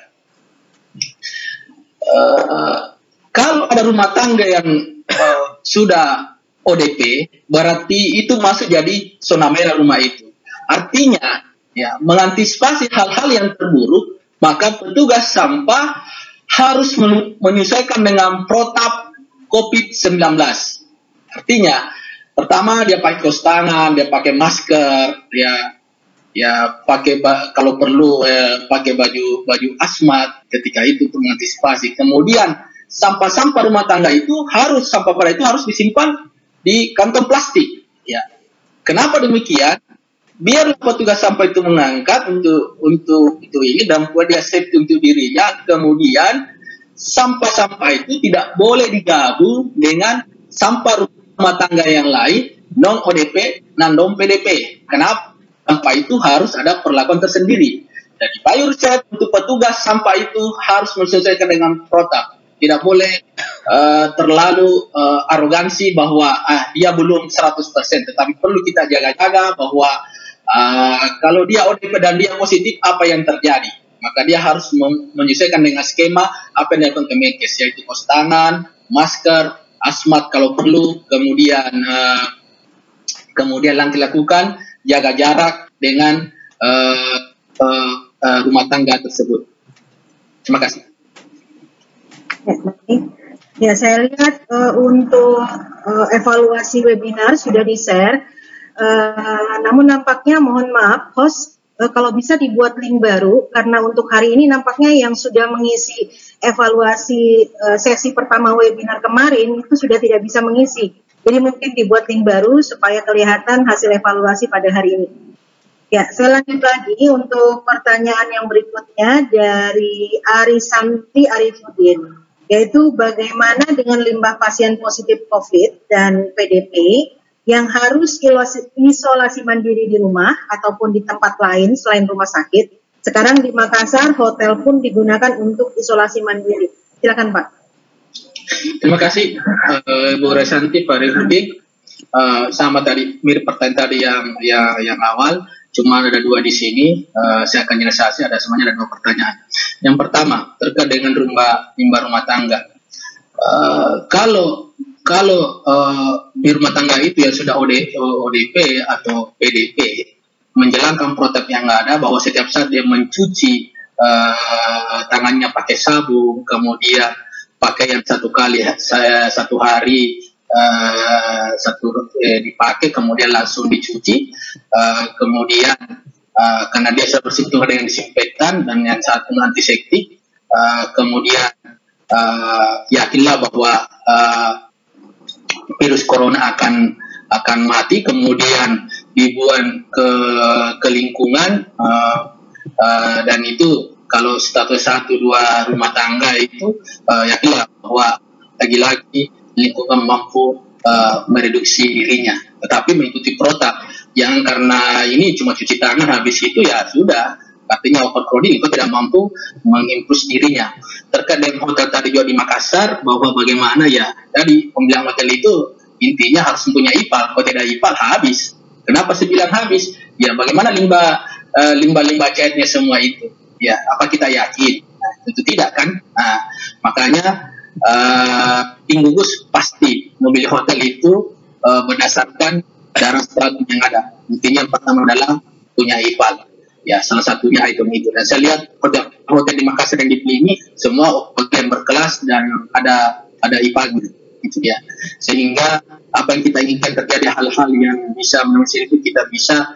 Speaker 8: Kalau ada rumah tangga yang sudah ODP, berarti itu masuk jadi zona merah rumah itu. Artinya, ya, mengantisipasi hal-hal yang terburuk, maka petugas sampah harus menyesuaikan dengan protap COVID-19. Artinya, pertama dia pakai kaos tangan, dia pakai masker, ya pakai kalau perlu pakai baju asmat ketika itu untuk mengantisipasi. Kemudian sampah-sampah rumah tangga itu sampah pada itu harus disimpan di kantong plastik. Ya, kenapa demikian? Biar petugas sampah itu mengangkat untuk ini dan buat dia safety untuk dirinya. Kemudian sampah-sampah itu tidak boleh digabung dengan sampah rumah tangga yang lain, non ODP dan non PDP. Kenapa? Sampah itu harus ada perlakuan tersendiri. Jadi prioritas untuk petugas sampah itu harus menyesuaikan dengan protap. Tidak boleh terlalu arogansi bahwa dia belum 100%, tetapi perlu kita jaga-jaga bahwa kalau dia ODP dan dia positif, apa yang terjadi? Maka dia harus menyesuaikan dengan skema apa yang dilakukan Kemenkes, yaitu kaos tangan, masker, asmat kalau perlu, kemudian lakukan jaga jarak dengan rumah tangga tersebut. Terima kasih.
Speaker 5: Ya, saya lihat untuk evaluasi webinar sudah di-share. Namun nampaknya mohon maaf host, kalau bisa dibuat link baru, karena untuk hari ini nampaknya yang sudah mengisi evaluasi sesi pertama webinar kemarin itu sudah tidak bisa mengisi. Jadi mungkin dibuat link baru supaya kelihatan hasil evaluasi pada hari ini. Ya, saya lanjut lagi untuk pertanyaan yang berikutnya dari Arisanti Arifudin, yaitu bagaimana dengan limbah pasien positif COVID dan PDP yang harus isolasi mandiri di rumah ataupun di tempat lain selain rumah sakit. Sekarang di Makassar, hotel pun digunakan untuk isolasi mandiri. Silakan Pak.
Speaker 8: Terima kasih Bu Resanti, Pak Rifudi. Sama tadi, mirip pertanyaan tadi yang awal, cuma ada 2 di sini. Saya akan jelaskan, semuanya ada 2 pertanyaan. Yang pertama terkait dengan limbah rumah tangga. Kalau kalau di rumah tangga itu ya sudah ODP atau PDP, menjalankan protap yang ada bahwa setiap saat dia mencuci tangannya pakai sabun, kemudian pakaian satu hari dipakai, kemudian langsung dicuci, kemudian karena dia sudah bersentuhan dengan disinfektan dan yang satu antiseptik, kemudian yakinlah bahwa virus corona akan mati, kemudian dibuang ke lingkungan, dan itu kalau status 1-2 rumah tangga itu yakinlah bahwa lagi-lagi lingkungan mampu mereduksi dirinya, tetapi mengikuti protap. Yang karena ini cuma cuci tangan habis itu ya sudah, artinya overcrowding itu tidak mampu mengimprove dirinya. Terkait dengan hotel tadi juga di Makassar, bahwa bagaimana ya tadi pembilang hotel itu intinya harus mempunyai IPAL, kalau tidak IPAL habis. Kenapa saya bilang habis? Ya bagaimana limbah cairnya semua itu? Ya apa kita yakin? Nah, itu tidak kan? Nah, makanya tim gugus pasti memilih hotel itu berdasarkan darah strategi yang ada. Intinya yang pertama adalah punya IPAL. Ya, salah satunya item itu. Dan saya lihat hotel di Makassar dan di Pelini semua hotel yang berkelas dan ada IPAL gitu ya. Sehingga apa yang kita inginkan terjadi hal-hal yang bisa menulis itu kita bisa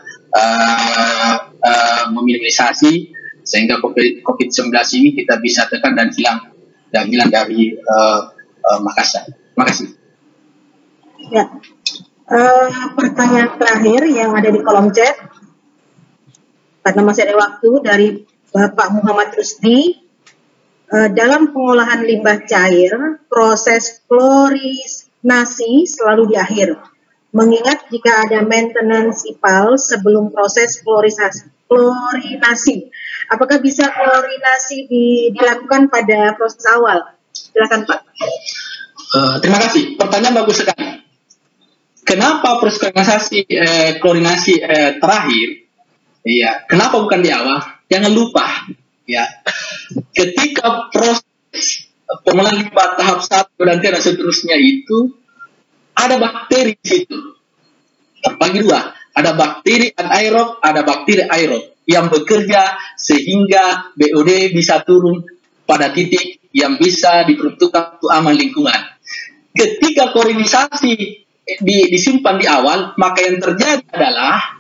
Speaker 8: meminimalisasi sehingga COVID-19 ini kita bisa tekan dan hilang dari Makassar. Terima kasih.
Speaker 5: Ya. Pertanyaan terakhir yang ada di kolom chat, karena masih ada waktu, dari Bapak Muhammad Rusdi. Dalam pengolahan limbah cair, proses klorinasi selalu di akhir. Mengingat jika ada maintenance IPAL sebelum proses klorinasi, apakah bisa klorinasi dilakukan pada proses awal? Silakan Pak.
Speaker 8: Terima kasih. Pertanyaan bagus sekali. Kenapa proses klorinasi terakhir? Iya, kenapa bukan di awal? Jangan lupa, ya, ketika proses pengolahan limbah tahap 1 dan seterusnya itu ada bakteri di situ. Terbagi dua, ada bakteri anaerob, ada bakteri aerob yang bekerja sehingga BOD bisa turun pada titik yang bisa diperuntukkan untuk aman lingkungan. Ketika klorinasi disimpan di awal, maka yang terjadi adalah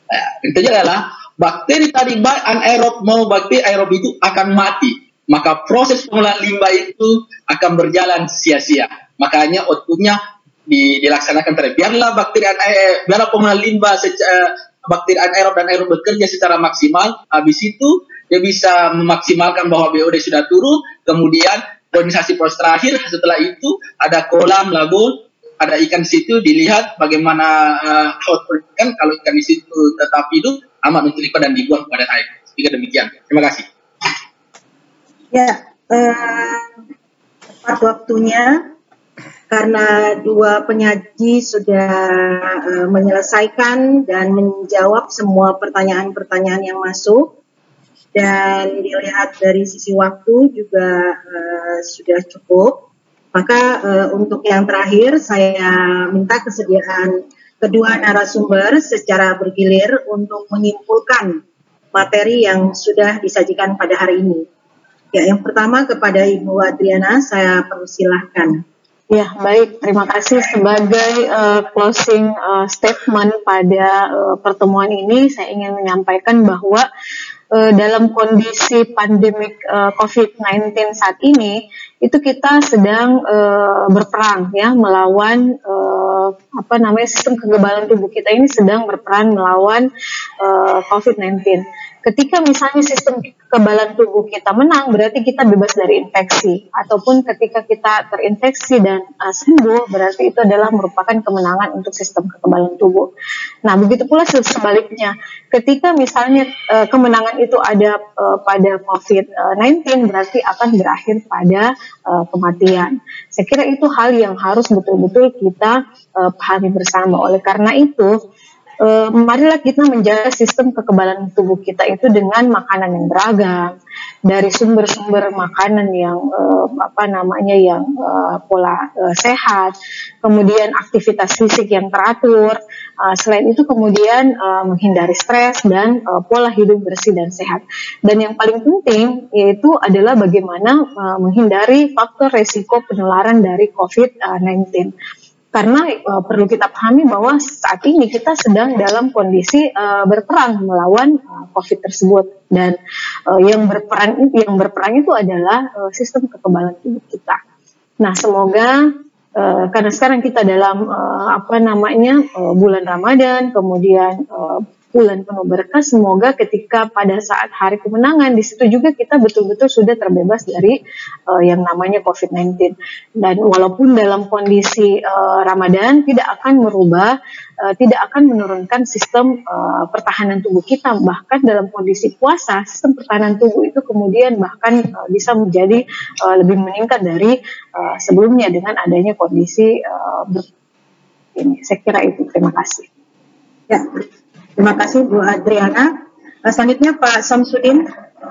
Speaker 8: bakteri tadi baik anaerob mau bakteri aerob itu akan mati, maka proses pengolahan limbah itu akan berjalan sia-sia. Makanya outputnya dilaksanakan terus. Biarlah pengolahan limbah bakteri anaerob dan aerob bekerja secara maksimal. Habis itu dia bisa memaksimalkan bahwa BOD sudah turun. Kemudian klorinasi proses terakhir, setelah itu ada kolam labu, ada ikan di situ, dilihat bagaimana output ikan. Kalau ikan di situ tetap hidup, aman untuk lipat dan dibuang kepada air. Jika demikian, terima kasih.
Speaker 5: Ya, tepat waktunya karena dua penyaji sudah menyelesaikan dan menjawab semua pertanyaan-pertanyaan yang masuk, dan dilihat dari sisi waktu juga sudah cukup. Maka untuk yang terakhir saya minta kesediaan kedua narasumber secara bergilir untuk menyimpulkan materi yang sudah disajikan pada hari ini. Ya, yang pertama kepada Ibu Adriana, saya persilahkan.
Speaker 6: Ya, baik. Terima kasih. Sebagai closing statement pada pertemuan ini, saya ingin menyampaikan bahwa dalam kondisi pandemik COVID-19 saat ini, itu kita sedang berperang ya melawan sistem kekebalan tubuh kita ini sedang berperan melawan COVID-19. Ketika misalnya sistem kekebalan tubuh kita menang, berarti kita bebas dari infeksi. Ataupun ketika kita terinfeksi dan sembuh, berarti itu adalah merupakan kemenangan untuk sistem kekebalan tubuh. Nah, begitu pula sebaliknya. Ketika misalnya kemenangan itu ada pada COVID-19, berarti akan berakhir pada kematian. Saya kira itu hal yang harus betul-betul kita pahami bersama. Oleh karena itu, marilah kita menjaga sistem kekebalan tubuh kita itu dengan makanan yang beragam, dari sumber-sumber makanan yang pola sehat, kemudian aktivitas fisik yang teratur. Selain itu kemudian menghindari stres dan pola hidup bersih dan sehat. Dan yang paling penting yaitu adalah bagaimana menghindari faktor resiko penularan dari COVID-19. Karena perlu kita pahami bahwa saat ini kita sedang dalam kondisi berperang melawan COVID tersebut, dan yang berperang itu adalah sistem kekebalan tubuh kita. Nah, semoga karena sekarang kita dalam bulan Ramadan, kemudian bulan penuh berkah, semoga ketika pada saat hari kemenangan di situ juga kita betul-betul sudah terbebas dari yang namanya COVID-19. Dan walaupun dalam kondisi Ramadan tidak akan merubah, tidak akan menurunkan sistem pertahanan tubuh kita. Bahkan dalam kondisi puasa, sistem pertahanan tubuh itu kemudian bahkan bisa menjadi lebih meningkat dari sebelumnya dengan adanya kondisi ini. Saya kira itu. Terima kasih.
Speaker 5: Ya. Terima kasih Bu Adriana. Selanjutnya Pak Samsudin.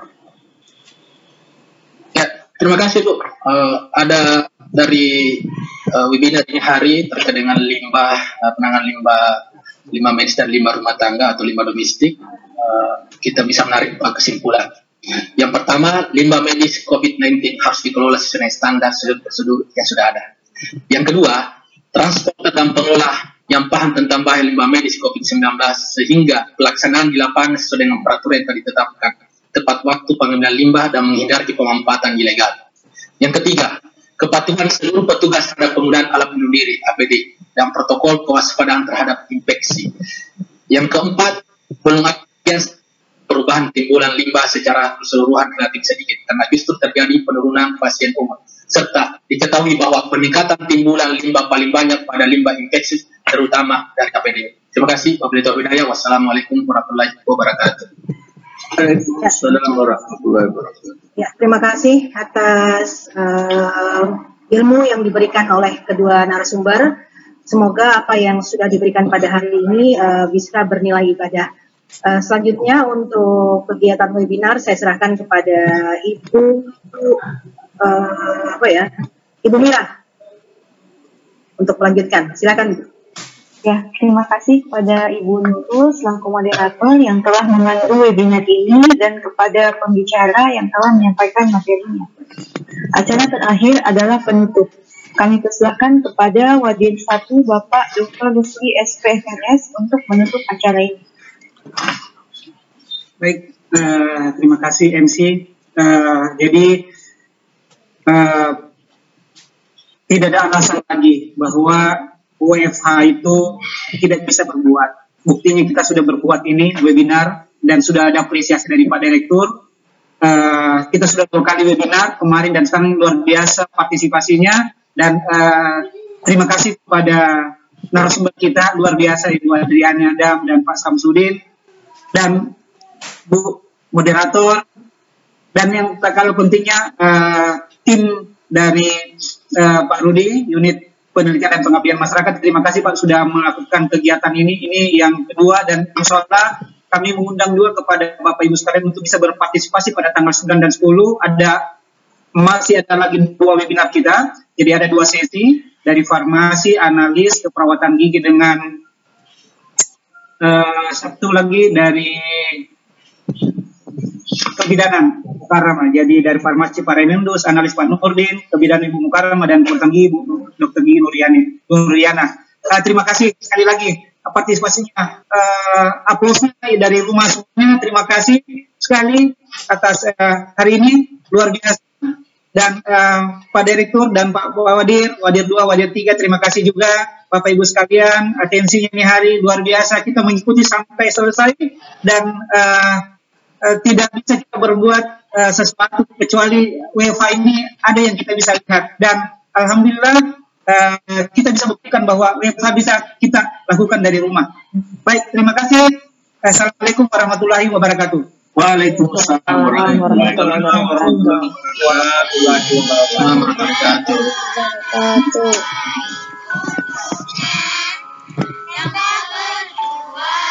Speaker 8: Ya, terima kasih Bu. Ada dari webinar ini hari terkait dengan limbah, penanganan limbah medis dan limbah rumah tangga atau limbah domestik. Kita bisa menarik kesimpulan. Yang pertama, limbah medis COVID-19 harus dikelola sesuai standar prosedur yang sudah ada. Yang kedua, transporter dan pengolah yang paham tentang bahaya limbah medis COVID-19 sehingga pelaksanaan di lapangan sesuai dengan peraturan yang telah ditetapkan, tepat waktu pengambilan limbah dan menghindari pemanfaatan ilegal. Yang ketiga, kepatuhan seluruh petugas terhadap penggunaan alat pelindung diri (APD) dan protokol kewaspadaan terhadap infeksi. Yang keempat, pengajian perubahan timbulan limbah secara keseluruhan relatif sedikit karena justru terjadi penurunan pasien umum, serta diketahui bahwa peningkatan timbulan limbah paling banyak pada limbah infeksi terutama dari APD. Terima kasih Wabillahi Hidayah. Wassalamualaikum warahmatullahi wabarakatuh.
Speaker 3: Assalamualaikum warahmatullahi wabarakatuh.
Speaker 5: Ya, terima kasih atas ilmu yang diberikan oleh kedua narasumber. Semoga apa yang sudah diberikan pada hari ini bisa bernilai ibadah. Selanjutnya untuk kegiatan webinar saya serahkan kepada Ibu Mira untuk melanjutkan. Silakan Ibu.
Speaker 1: Ya, terima kasih kepada Ibu Nurul selaku moderator yang telah memandu webinar ini dan kepada pembicara yang telah menyampaikan materinya. Acara terakhir adalah penutup. Kami persilakan kepada Wadir 1 Bapak Dr. Lutfi SPFNS untuk menutup acara ini.
Speaker 4: Baik, terima kasih MC. Tidak ada alasan lagi bahwa WFH itu tidak bisa berbuat. Buktinya kita sudah berbuat ini webinar dan sudah ada apresiasi dari Pak Direktur. Kita sudah 2 kali webinar kemarin dan sekarang luar biasa partisipasinya dan terima kasih kepada narasumber kita luar biasa Ibu Adriana Adam dan Pak Samsudin dan Bu moderator dan yang tak kalah pentingnya tim dari Pak Rudi unit penelitian dan pengabdian masyarakat. Terima kasih Pak sudah melakukan kegiatan ini yang kedua dan insya Allah kami mengundang juga kepada Bapak Ibu sekalian untuk bisa berpartisipasi pada tanggal 9 dan 10 masih ada lagi 2 webinar kita, jadi ada 2 sesi dari farmasi, analis, keperawatan gigi dengan satu lagi dari kebidanan Mukarramah. Jadi dari farmasi Pak Renendus, analis Pak Nurdin, kebidanan Ibu Mukarramah dan perawatan gigi Ibu Dr. Gigi Nuriana. Terima kasih sekali lagi partisipasinya. Aplausnya dari rumah semuanya. Terima kasih sekali atas hari ini luar biasa. Dan Pak Direktur dan Pak Wadir 2, Wadir 3, terima kasih juga Bapak Ibu sekalian. Atensinya ini hari luar biasa. Kita mengikuti sampai selesai dan tidak bisa kita berbuat sesuatu kecuali WFH ini ada yang kita bisa lihat dan alhamdulillah kita bisa buktikan bahwa WFH bisa kita lakukan dari rumah. Baik, terima kasih. Assalamualaikum warahmatullahi wabarakatuh.
Speaker 3: Waalaikumsalam warahmatullahi wabarakatuh.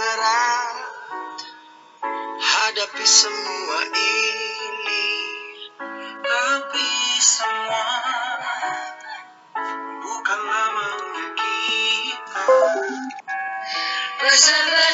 Speaker 9: berat hadapi semua ini, tapi semua bukanlah maunya kita. Bersama